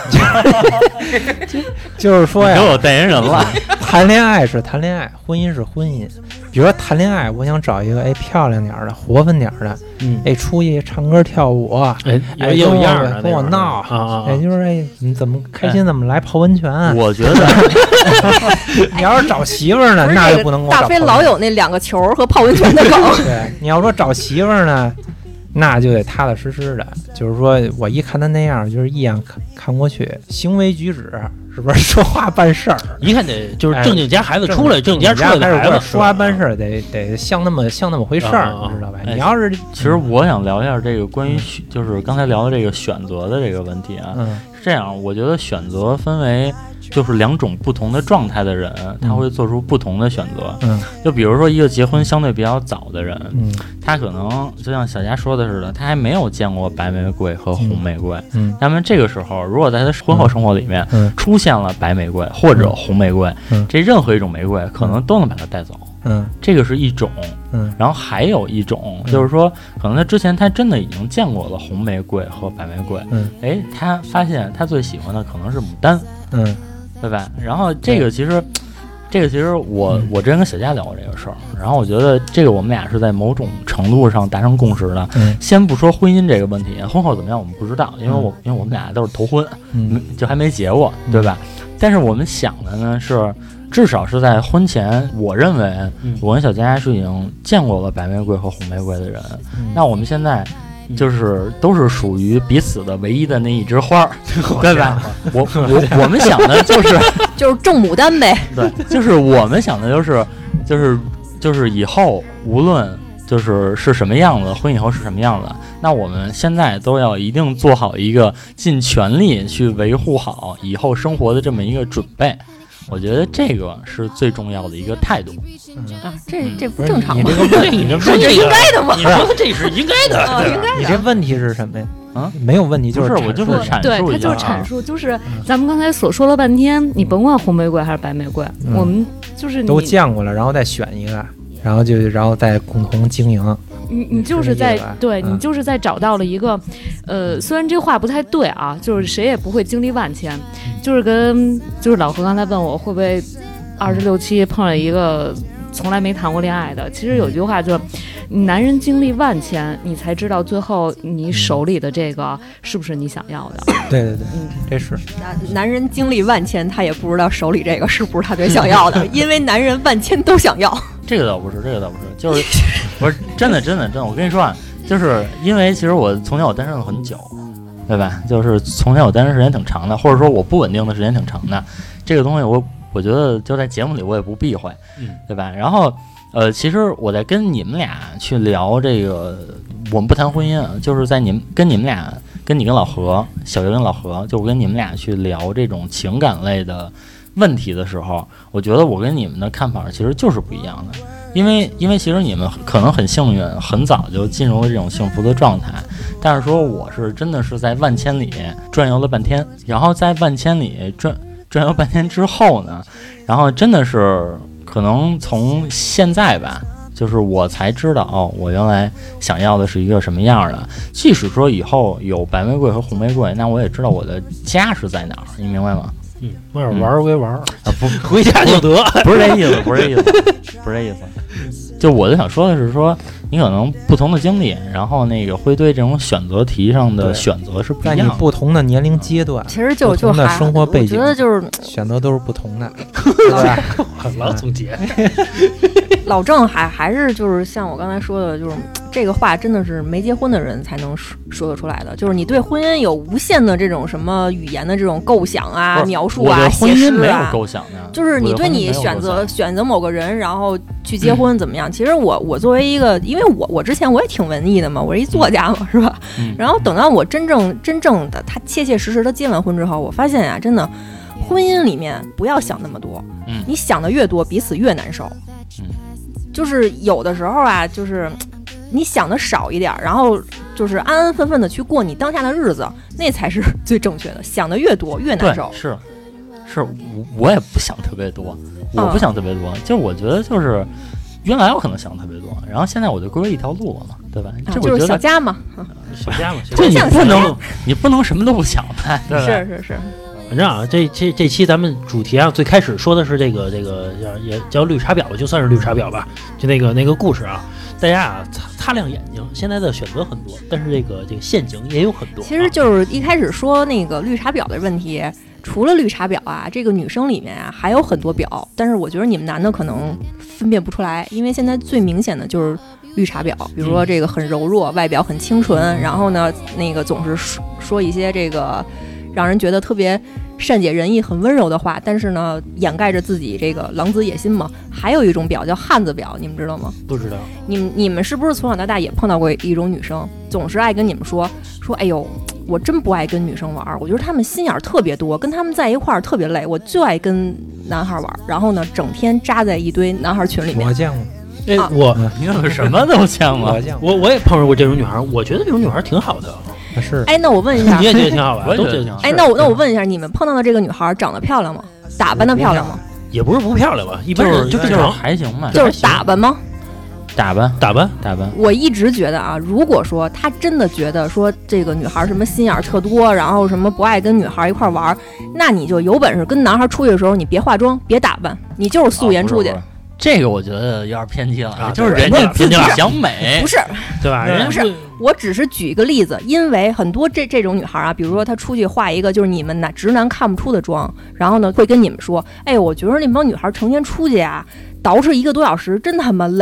就是说呀， 有我代言人了。 谈恋爱是谈恋爱，婚姻是婚姻。比如说谈恋爱，我想找一个漂亮点的、活分点的，出去唱歌跳舞， 也有样的， 跟我闹，就是你怎么开心怎么来泡温泉。 我觉得你要是找媳妇儿呢，那就不能给我找。 大飞老有那2个球和泡温泉的梗。 对，你要说找媳妇儿呢，那就得踏踏实实的，就是说我一看他那样，就是一眼看过去，行为举止是不是说话办事儿， 一看得就是正经家孩子出来，正经家出来的孩子说话办事儿得像那么回事儿，你知道吧？你要是其实我想聊一下这个关于就是刚才聊的这个选择的这个问题啊，是这样，我觉得选择分为。就是2种不同的状态的人，他会做出不同的选择。就比如说一个结婚相对比较早的人，他可能就像小佳说的似的，他还没有见过白玫瑰和红玫瑰。那么这个时候，如果在他婚后生活里面出现了白玫瑰或者红玫瑰，这任何一种玫瑰可能都能把他带走。这个是一种。然后还有一种就是说，可能他之前他真的已经见过了红玫瑰和白玫瑰，他发现他最喜欢的可能是牡丹。对吧？然后这个其实我之前跟小佳聊过这个事儿，然后我觉得这个我们俩是在某种程度上达成共识的。先不说婚姻这个问题，婚后怎么样我们不知道，因为我们俩都是头婚，就还没结过，对吧？但是我们想的呢是，至少是在婚前，我认为我跟小佳是已经见过了白玫瑰和红玫瑰的人。那我们现在。就是都是属于彼此的唯一的那一枝花，对吧？我们想的就是种牡丹呗。 对，就是我们想的就是就是以后无论是什么样子，婚以后是什么样子，那我们现在都要一定做好一个尽全力去维护好以后生活的这么一个准备。我觉得这个是最重要的一个态度。 这不正常吗？ 你这个问题， 这应该的吗？ 你说这是应该的， 应该的。 你这问题是什么呀？没有问题，就是我就是阐述， 对，他就是阐述，就是咱们刚才所说了半天，你甭管红玫瑰还是白玫瑰，我们就是都见过了，然后再选一个，然后再共同经营。 你就是在对你就是在找到了一个，虽然这话不太对啊，就是谁也不会经历万千，就是老何刚才问我会不会26、7碰了一个从来没谈过恋爱的，其实有句话就是，男人经历万千，你才知道最后你手里的这个是不是你想要的。 对，这是男人经历万千，他也不知道手里这个是不是他最想要的，因为男人万千都想要。 这个倒不是，就是不是真的，我跟你说啊，就是因为其实我从小我单身了很久，对吧？就是从小我单身时间挺长的，或者说我不稳定的时间挺长的。这个东西我觉得就在节目里我也不避讳，对吧？然后其实我在跟你们俩去聊这个，我们不谈婚姻啊，就是在跟你老何，小月跟老何，就我跟你们俩去聊这种情感类的问题的时候，我觉得我跟你们的看法其实就是不一样的。因为其实你们可能很幸运，很早就进入了这种幸福的状态，但是说我是真的是在万千里转悠了半天，然后在万千里转悠半天之后呢，然后真的是可能从现在吧，就是我才知道我原来想要的是一个什么样的。即使说以后有白玫瑰和红玫瑰，那我也知道我的家是在哪儿，你明白吗？ 玩归玩不回家就得， 不是这意思。就我就想说的是说，你可能不同的经历，然后会对这种选择题上的选择是不一样的。 在你不同的年龄阶段， 其实就不同的生活背景， 我觉得就是选择都是不同的，对吧？ 老总结。 老郑还是就是像我刚才说的，就是这个话真的是没结婚的人才能说得出来的。就是你对婚姻有无限的这种什么语言的这种构想啊、描述啊、写诗啊， 没有构想的。 就是你对你选择某个人，然后去结婚怎么样？其实我作为一个，因为我之前我也挺文艺的嘛，我是一作家嘛，是吧？然后等到我真正的他切切实实的结完婚之后，我发现啊，真的婚姻里面不要想那么多，你想的越多，彼此越难受。就是有的时候啊，就是你想的少一点，然后就是安安分分的去过你当下的日子，那才是最正确的。想的越多越难受。 是，我也不想特别多，我不想特别多，就我觉得就是原来我可能想特别多，然后现在我就归了一条路了嘛，对吧？这就是小家嘛， 小家嘛， 这你不能什么都不想呗，对吧？ 是。 反正啊，这期咱们主题啊，最开始说的是这个也叫绿茶婊，就算是绿茶婊吧，就那个故事啊，大家啊擦亮眼睛，现在的选择很多，但是这个陷阱也有很多。 其实就是一开始说那个绿茶婊的问题，除了绿茶婊啊，这个女生里面啊还有很多婊，但是我觉得你们男的可能分辨不出来，因为现在最明显的就是绿茶婊，比如说这个很柔弱，外表很清纯，然后呢总是说一些这个让人觉得特别善解人意、很温柔的话，但是呢，掩盖着自己这个狼子野心嘛。还有一种婊叫汉子婊，你们知道吗？ 不知道。 你们是不是从小到大也碰到过一种女生，总是爱跟你们说，哎呦，我真不爱跟女生玩，我觉得她们心眼特别多，跟她们在一块儿特别累，我就爱跟男孩玩，然后呢，整天扎在一堆男孩群里面。 我见过。 你怎么什么都见过？ 我也碰上过这种女孩，我觉得这种女孩挺好的。 是。 那我问一下， 你也觉得挺好吧？ 我也觉得挺好。 那我问一下，你们碰到的这个女孩长得漂亮吗？打扮的漂亮吗？ 也不是不漂亮吧，一般人就正常， 还行吧。 就是打扮吗？ 打扮。 我一直觉得啊，如果说他真的觉得说这个女孩什么心眼特多，然后什么不爱跟女孩一块玩，那你就有本事跟男孩出去的时候，你别化妆，别打扮，你就是素颜出去。 这个我觉得有点偏激了，就是人家自己想美， 不是， 对吧？ 不是，我只是举一个例子，因为很多这种女孩啊，比如说她出去化一个就是你们直男看不出的妆，然后呢会跟你们说，我觉得那帮女孩成天出去啊，捯饬1个多小时真他妈累。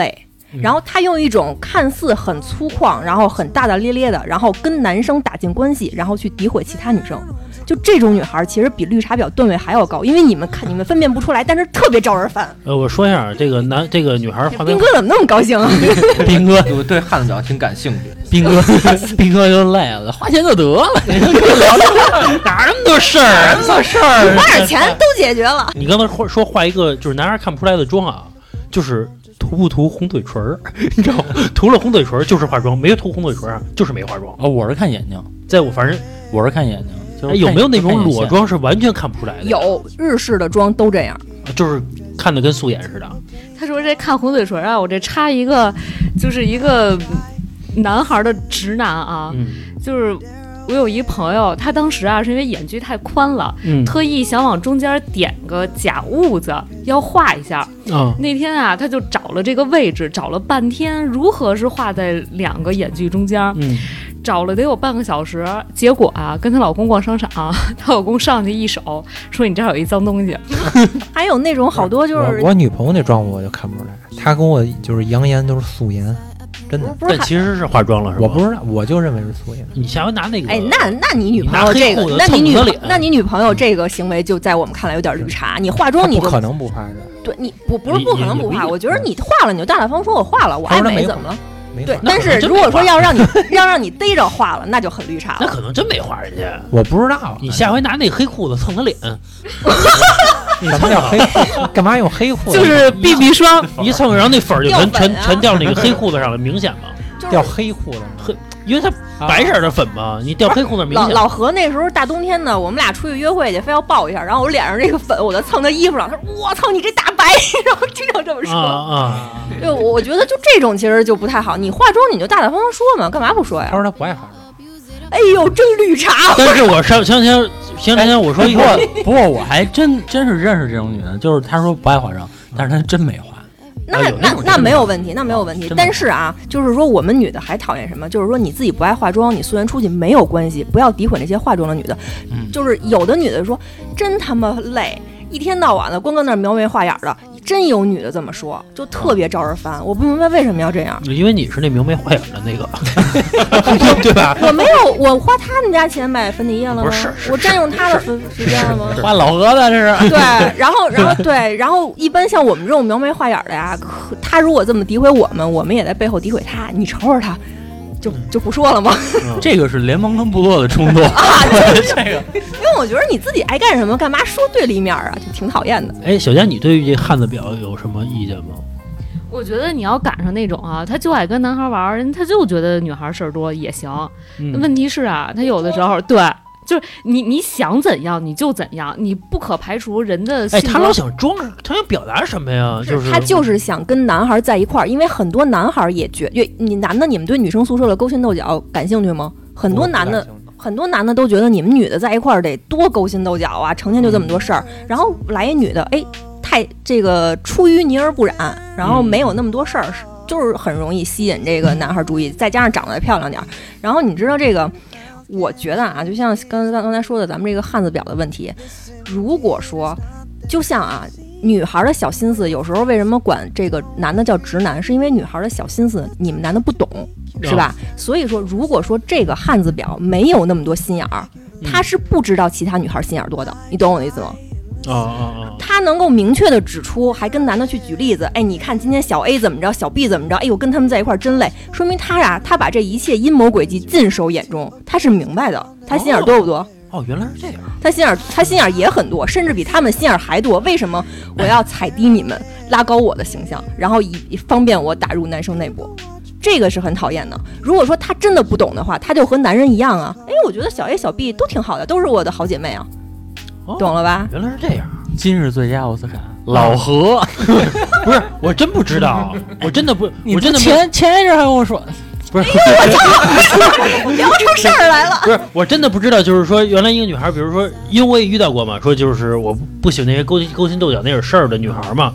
然后她用一种看似很粗犷，然后很大大咧咧的，然后跟男生打进关系，然后去诋毁其他女生。就这种女孩其实比绿茶婊段位还要高，因为你们分辨不出来，但是特别招人烦。 我说一下这个女孩画斌哥怎么那么高兴啊？ 斌哥我对汉子婊挺感兴趣。 斌哥就累了，花钱就得了， 哪那么多事儿？ 花点钱都解决了。 你刚才说画一个就是男孩看不出来的妆啊，就是涂不涂红嘴唇儿，你知道吗？涂了红嘴唇就是化妆，没有涂红嘴唇啊就是没化妆。 我是看眼睛， 反正我是看眼睛。 有没有那种裸妆是完全看不出来的？ 有，日式的妆都这样， 就是看的跟素颜似的。 他说这看红嘴唇啊，我这插一个，就是一个男孩的直男啊，就是我有一朋友，他当时啊是因为眼距太宽了，特意想往中间点个假痦子，要画一下。那天啊，他就找了这个位置，找了半天，如何是画在两个眼距中间。找了得有半个小时，结果啊，跟她老公逛商场，她老公上去一手说：“你这儿有一脏东西。” 还有那种好多就是我女朋友那妆我就看不出来，她跟我就是扬言都是素颜，真的。 但其实是化妆了，是吧？ 我不知道，我就认为是素颜。 你下回拿那个， 哎，那你女朋友这个，那你女朋友这个行为就在我们看来有点绿茶。你化妆你不可能不化的， 对你不是不可能不化，我觉得你化了你就大大方说我化了，我爱美怎么了？对，但是如果说要让你逮着画了，那就很绿茶了。 那可能真没画人家， 我不知道。 你下回拿那黑裤子蹭他脸。 什么叫黑裤？干嘛用黑裤子？ 就是 BB 霜一蹭，然后那粉儿就全掉那个黑裤子上了，明显吗？ 掉黑裤子， 因为它白色的粉嘛，你掉黑裤子明显。 老何那时候大冬天的，我们俩出去约会去，非要抱一下，然后我脸上这个粉我就蹭他衣服上，他说：“我操，你这大白！”然后经常这么说。对，我觉得就这种其实就不太好。你化妆你就大大方方说嘛，干嘛不说呀？ 他说他不爱化妆。 哎呦，真绿茶！ 但是我前两天我说一个， 不过我还真是认识这种女的，就是她说不爱化妆，但是她真没化。 那没有问题，那没有问题。但是啊，就是说我们女的还讨厌什么？就是说你自己不爱化妆，你素颜出去没有关系，不要诋毁那些化妆的女的。就是有的女的说真他妈累，一天到晚的光搁那描眉画眼的，真有女的这么说，就特别招人烦。我不明白为什么要这样。 因为你是那描眉画眼的那个，对吧？ 我没有，我花他们家钱买粉底液了吗？ 不是， 我占用他的时间了吗？ 花老何的这是。 对，然后一般像我们这种描眉画眼的呀，他如果这么诋毁我们也在背后诋毁他。你瞅瞅他。就不说了吗？ 这个是联盟跟部落的冲突啊！这个，因为我觉得你自己爱干什么，干嘛说对立面啊，就挺讨厌的。 哎，小佳，你对于这汉子婊有什么意见吗？ 我觉得你要赶上那种啊，他就爱跟男孩玩，人他就觉得女孩事儿多也行。问题是啊，他有的时候对。就是你想怎样你就怎样，你不可排除人的性格。 他老想装，他想表达什么呀？ 他就是想跟男孩在一块儿，因为很多男孩也你男的，你们对女生宿舍的勾心斗角感兴趣吗？很多男的都觉得你们女的在一块儿得多勾心斗角啊，成天就这么多事儿。然后来一女的，哎，太这个出淤泥而不染，然后没有那么多事儿，就是很容易吸引这个男孩注意，再加上长得漂亮点儿。然后你知道这个。我觉得啊，就像刚才说的，咱们这个汉子婊的问题，如果说，就像啊，女孩的小心思，有时候为什么管这个男的叫直男，是因为女孩的小心思你们男的不懂，是吧？所以说，如果说这个汉子婊没有那么多心眼儿，他是不知道其他女孩心眼儿多的，你懂我的意思吗？他能够明确的指出，还跟男的去举例子，哎，你看今天小 A 怎么着，小 B 怎么着，哎呦，跟他们在一块儿真累，说明他把这一切阴谋诡计尽收眼中，他是明白的，他心眼多不多？ 原来是这样， 他心眼也很多，甚至比他们心眼还多。为什么我要踩低你们，拉高我的形象，然后以方便我打入男生内部？这个是很讨厌的。如果说他真的不懂的话，他就和男人一样啊，哎，我觉得小 A 小 B 都挺好的，都是我的好姐妹啊。懂了吧？ 原来是这样。 今日最佳奥斯卡老何， 不是，我真不知道，我真的不，我真的前一阵还跟我说， 不是， 聊出事儿来了。 不是，我真的不知道，就是说，原来一个女孩，比如说，因为我也遇到过嘛，说就是我不喜欢那些勾心斗角那点事儿的女孩嘛。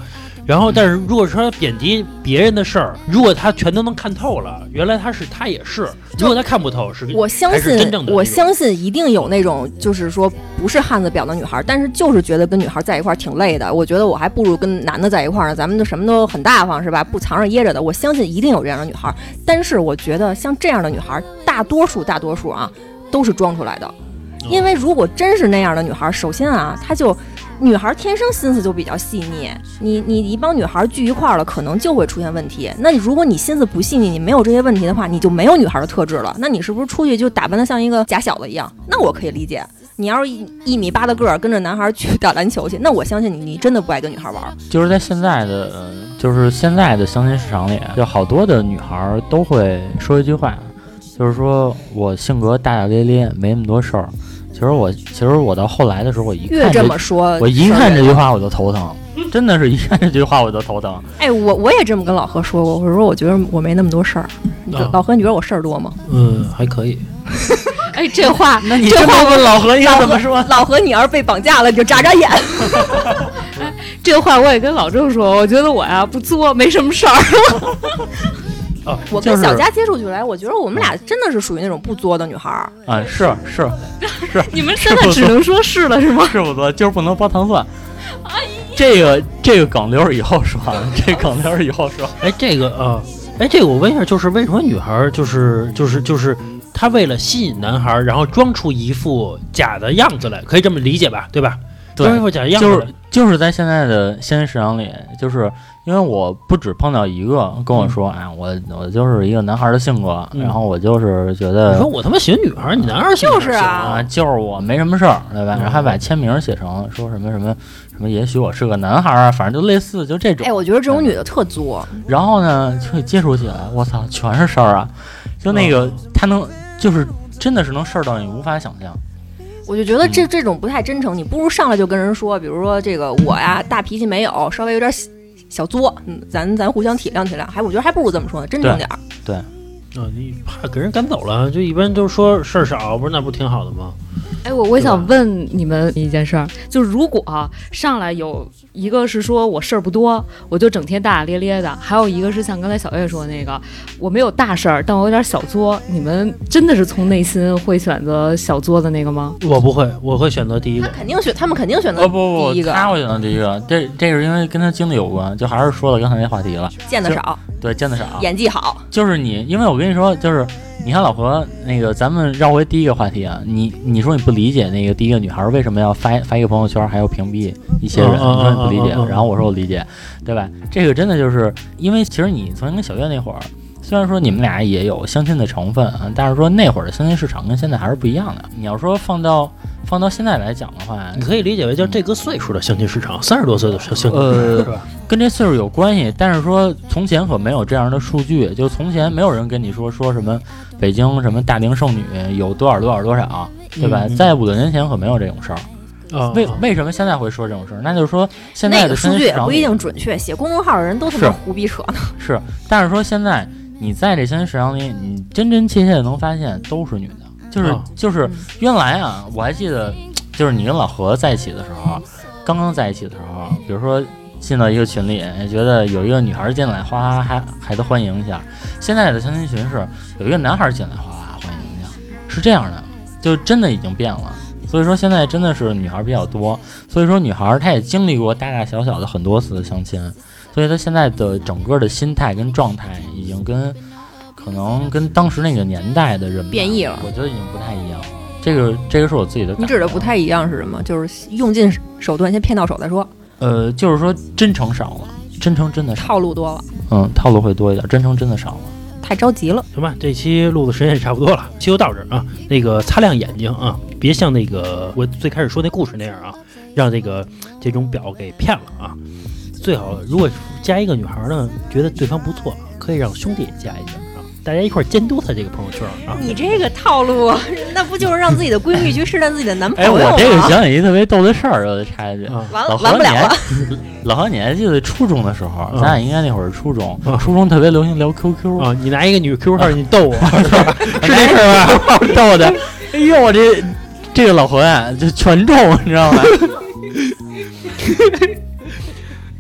然后，但是如果说贬低别人的事儿，如果他全都能看透了，原来他也是。如果他看不透， 我相信一定有那种就是说不是汉子婊的女孩，但是就是觉得跟女孩在一块儿挺累的。我觉得我还不如跟男的在一块儿呢，咱们就什么都很大方是吧？不藏着掖着的。我相信一定有这样的女孩，但是我觉得像这样的女孩，大多数啊都是装出来的。因为如果真是那样的女孩，首先啊，女孩天生心思就比较细腻，你一帮女孩聚一块儿了，可能就会出现问题。那如果你心思不细腻，你没有这些问题的话，你就没有女孩的特质了。那你是不是出去就打扮得像一个假小子一样？那我可以理解。你要是1.8米的个儿跟着男孩去打篮球去，那我相信你真的不爱跟女孩玩。 就是在现在的相亲市场里，就好多的女孩都会说一句话，就是说我性格大大咧咧，没那么多事儿。其实我到后来的时候，我一看这么说，我一看这句话我就头疼，真的是一看这句话我就头疼。 哎，我也这么跟老何说过，我说我觉得我没那么多事儿。老何，你觉得我事儿多吗？ 还可以。 哎，这话， 那你这么问老何，你怎么说？ 老何，你要是被绑架了，你就眨眨眼。 这话我也跟老郑说，我觉得我呀不作，没什么事儿。 我跟小佳接触起来，我觉得我们俩真的是属于那种不作的女孩儿啊，是。 你们现在只能说是了，是吗？ 是不作，就是不能包糖蒜。这个梗留着以后说，这梗留着以后说。 这个我问一下，就是为什么女孩就是她为了吸引男孩，然后装出一副假的样子来，可以这么理解吧？对吧？ 对， 装一副假的样子就是在现在的现实市场里，就是因为我不只碰到一个跟我说，我就是一个男孩的性格，然后我就是觉得， 你说我他妈喜欢女孩，你男孩性格就是啊， 就是我没什么事儿，对吧？然后还把签名写成说什么，也许我是个男孩啊，反正就类似就这种。 我觉得这种女的特作。 然后呢，就接触起来，我操，全是事儿啊！就那个他能，就是真的是能事儿到你无法想象。 我就觉得这种不太真诚，你不如上来就跟人说，比如说这个我呀大脾气没有，稍微有点小作，咱互相体谅体谅，我觉得还不如这么说呢，真诚点儿。 对， 你怕给人赶走了，就一般都说事儿少，不是那不挺好的吗？ 我想问你们一件事儿，就是如果上来有一个是说我事儿不多，我就整天大大咧咧的，还有一个是像刚才小月说的那个，我没有大事儿，但我有点小作，你们真的是从内心会选择小作的那个吗？ 我不会，我会选择第一个。 他们肯定选择第一个。 他会选择第一个，这是因为跟他经历有关，就还是说了刚才那话题了， 见得少， 对，见得少， 演技好， 就是你，因为我跟你说，就是你看老何那个，咱们绕回第一个话题啊，你说你不理解那个第一个女孩为什么要发一个朋友圈还要屏蔽一些人，你说你不理解，然后我说我理解，对吧？这个真的就是因为其实你曾经跟小月那会儿，虽然说你们俩也有相亲的成分啊，但是说那会儿的相亲市场跟现在还是不一样的。你要说放到现在来讲的话， 你可以理解为叫这个岁数的相亲市场，30多岁的相亲是吧？跟这岁数有关系，但是说从前可没有这样的数据，就从前没有人跟你说什么北京什么大龄剩女有多少，对吧？在5、6年前可没有这种事儿。为什么现在会说这种事儿？那就是说现在的数据也不一定准确，写公众号的人都他妈胡逼扯呢。 是，但是说现在你在这相亲市场里，你真真切切的能发现都是女的。就是原来啊，我还记得，就是你跟老何在一起的时候，刚刚在一起的时候，比如说进到一个群里，觉得有一个女孩进来，哗还得欢迎一下。现在的相亲群是有一个男孩进来，哗欢迎一下，是这样的，就真的已经变了。所以说现在真的是女孩比较多，所以说女孩她也经历过大大小小的很多次的相亲，所以她现在的整个的心态跟状态已经可能跟当时那个年代的人变异了， 我觉得已经不太一样了。这个是我自己的感觉。 你指的不太一样是什么？就是用尽手段先骗到手再说。 就是说真诚少了，真诚真的少， 套路多了。 套路会多一点，真诚真的少了。 太着急了。 行吧，这期录的时间也差不多了，就到这儿啊。那个擦亮眼睛啊，别像那个我最开始说那故事那样啊，让这种表给骗了啊。最好如果加一个女孩呢，觉得对方不错，可以让兄弟也加一下。大家一块监督他这个朋友圈啊！ 你这个套路，那不就是让自己的闺蜜去试探自己的男朋友吗？ 我这个想起一特别逗的事儿，我得插一句， 完不了了。 老何，你还记得初中的时候？咱俩应该那会儿初中特别流行聊 QQ 啊！你拿一个女 QQ 号，你逗我是吧？是这事吧？逗的。哎呦，我这个老何呀，就全中，你知道吗？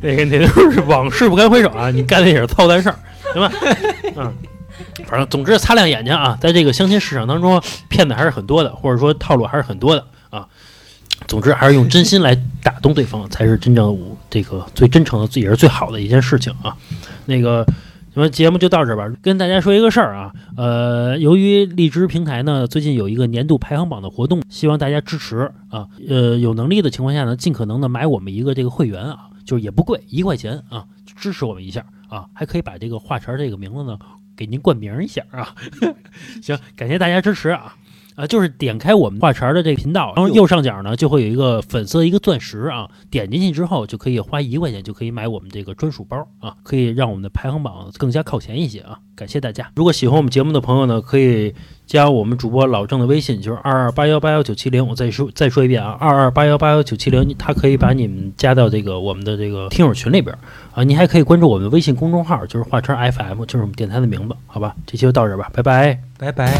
那都是往事不堪回首啊，你干的也是操蛋事儿，行吧？反正总之擦亮眼睛啊，在这个相亲市场当中，骗子还是很多的，或者说套路还是很多的啊。总之还是用真心来打动对方，才是真正这个最真诚的，也是最好的一件事情啊。那个。那么节目就到这儿吧，跟大家说一个事儿啊，由于荔枝平台呢最近有一个年度排行榜的活动，希望大家支持啊，有能力的情况下呢，尽可能的买我们一个这个会员啊，就是也不贵，1块钱啊，支持我们一下啊，还可以把这个话茬这个名字呢给您冠名一下啊，行，感谢大家支持啊。就是点开我们话茬的这个频道，然后右上角呢就会有一个粉色一个钻石啊，点进去之后就可以花1块钱就可以买我们这个专属包啊，可以让我们的排行榜更加靠前一些啊！感谢大家。如果喜欢我们节目的朋友呢，可以加我们主播老郑的微信，就是2281819970。我再说一遍啊，2281819970，他可以把你们加到这个我们的这个听友群里边啊。你还可以关注我们微信公众号，就是话茬 FM， 就是我们电台的名字，好吧？这期就到这儿吧，拜拜， 拜拜。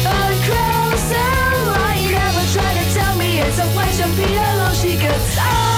She gets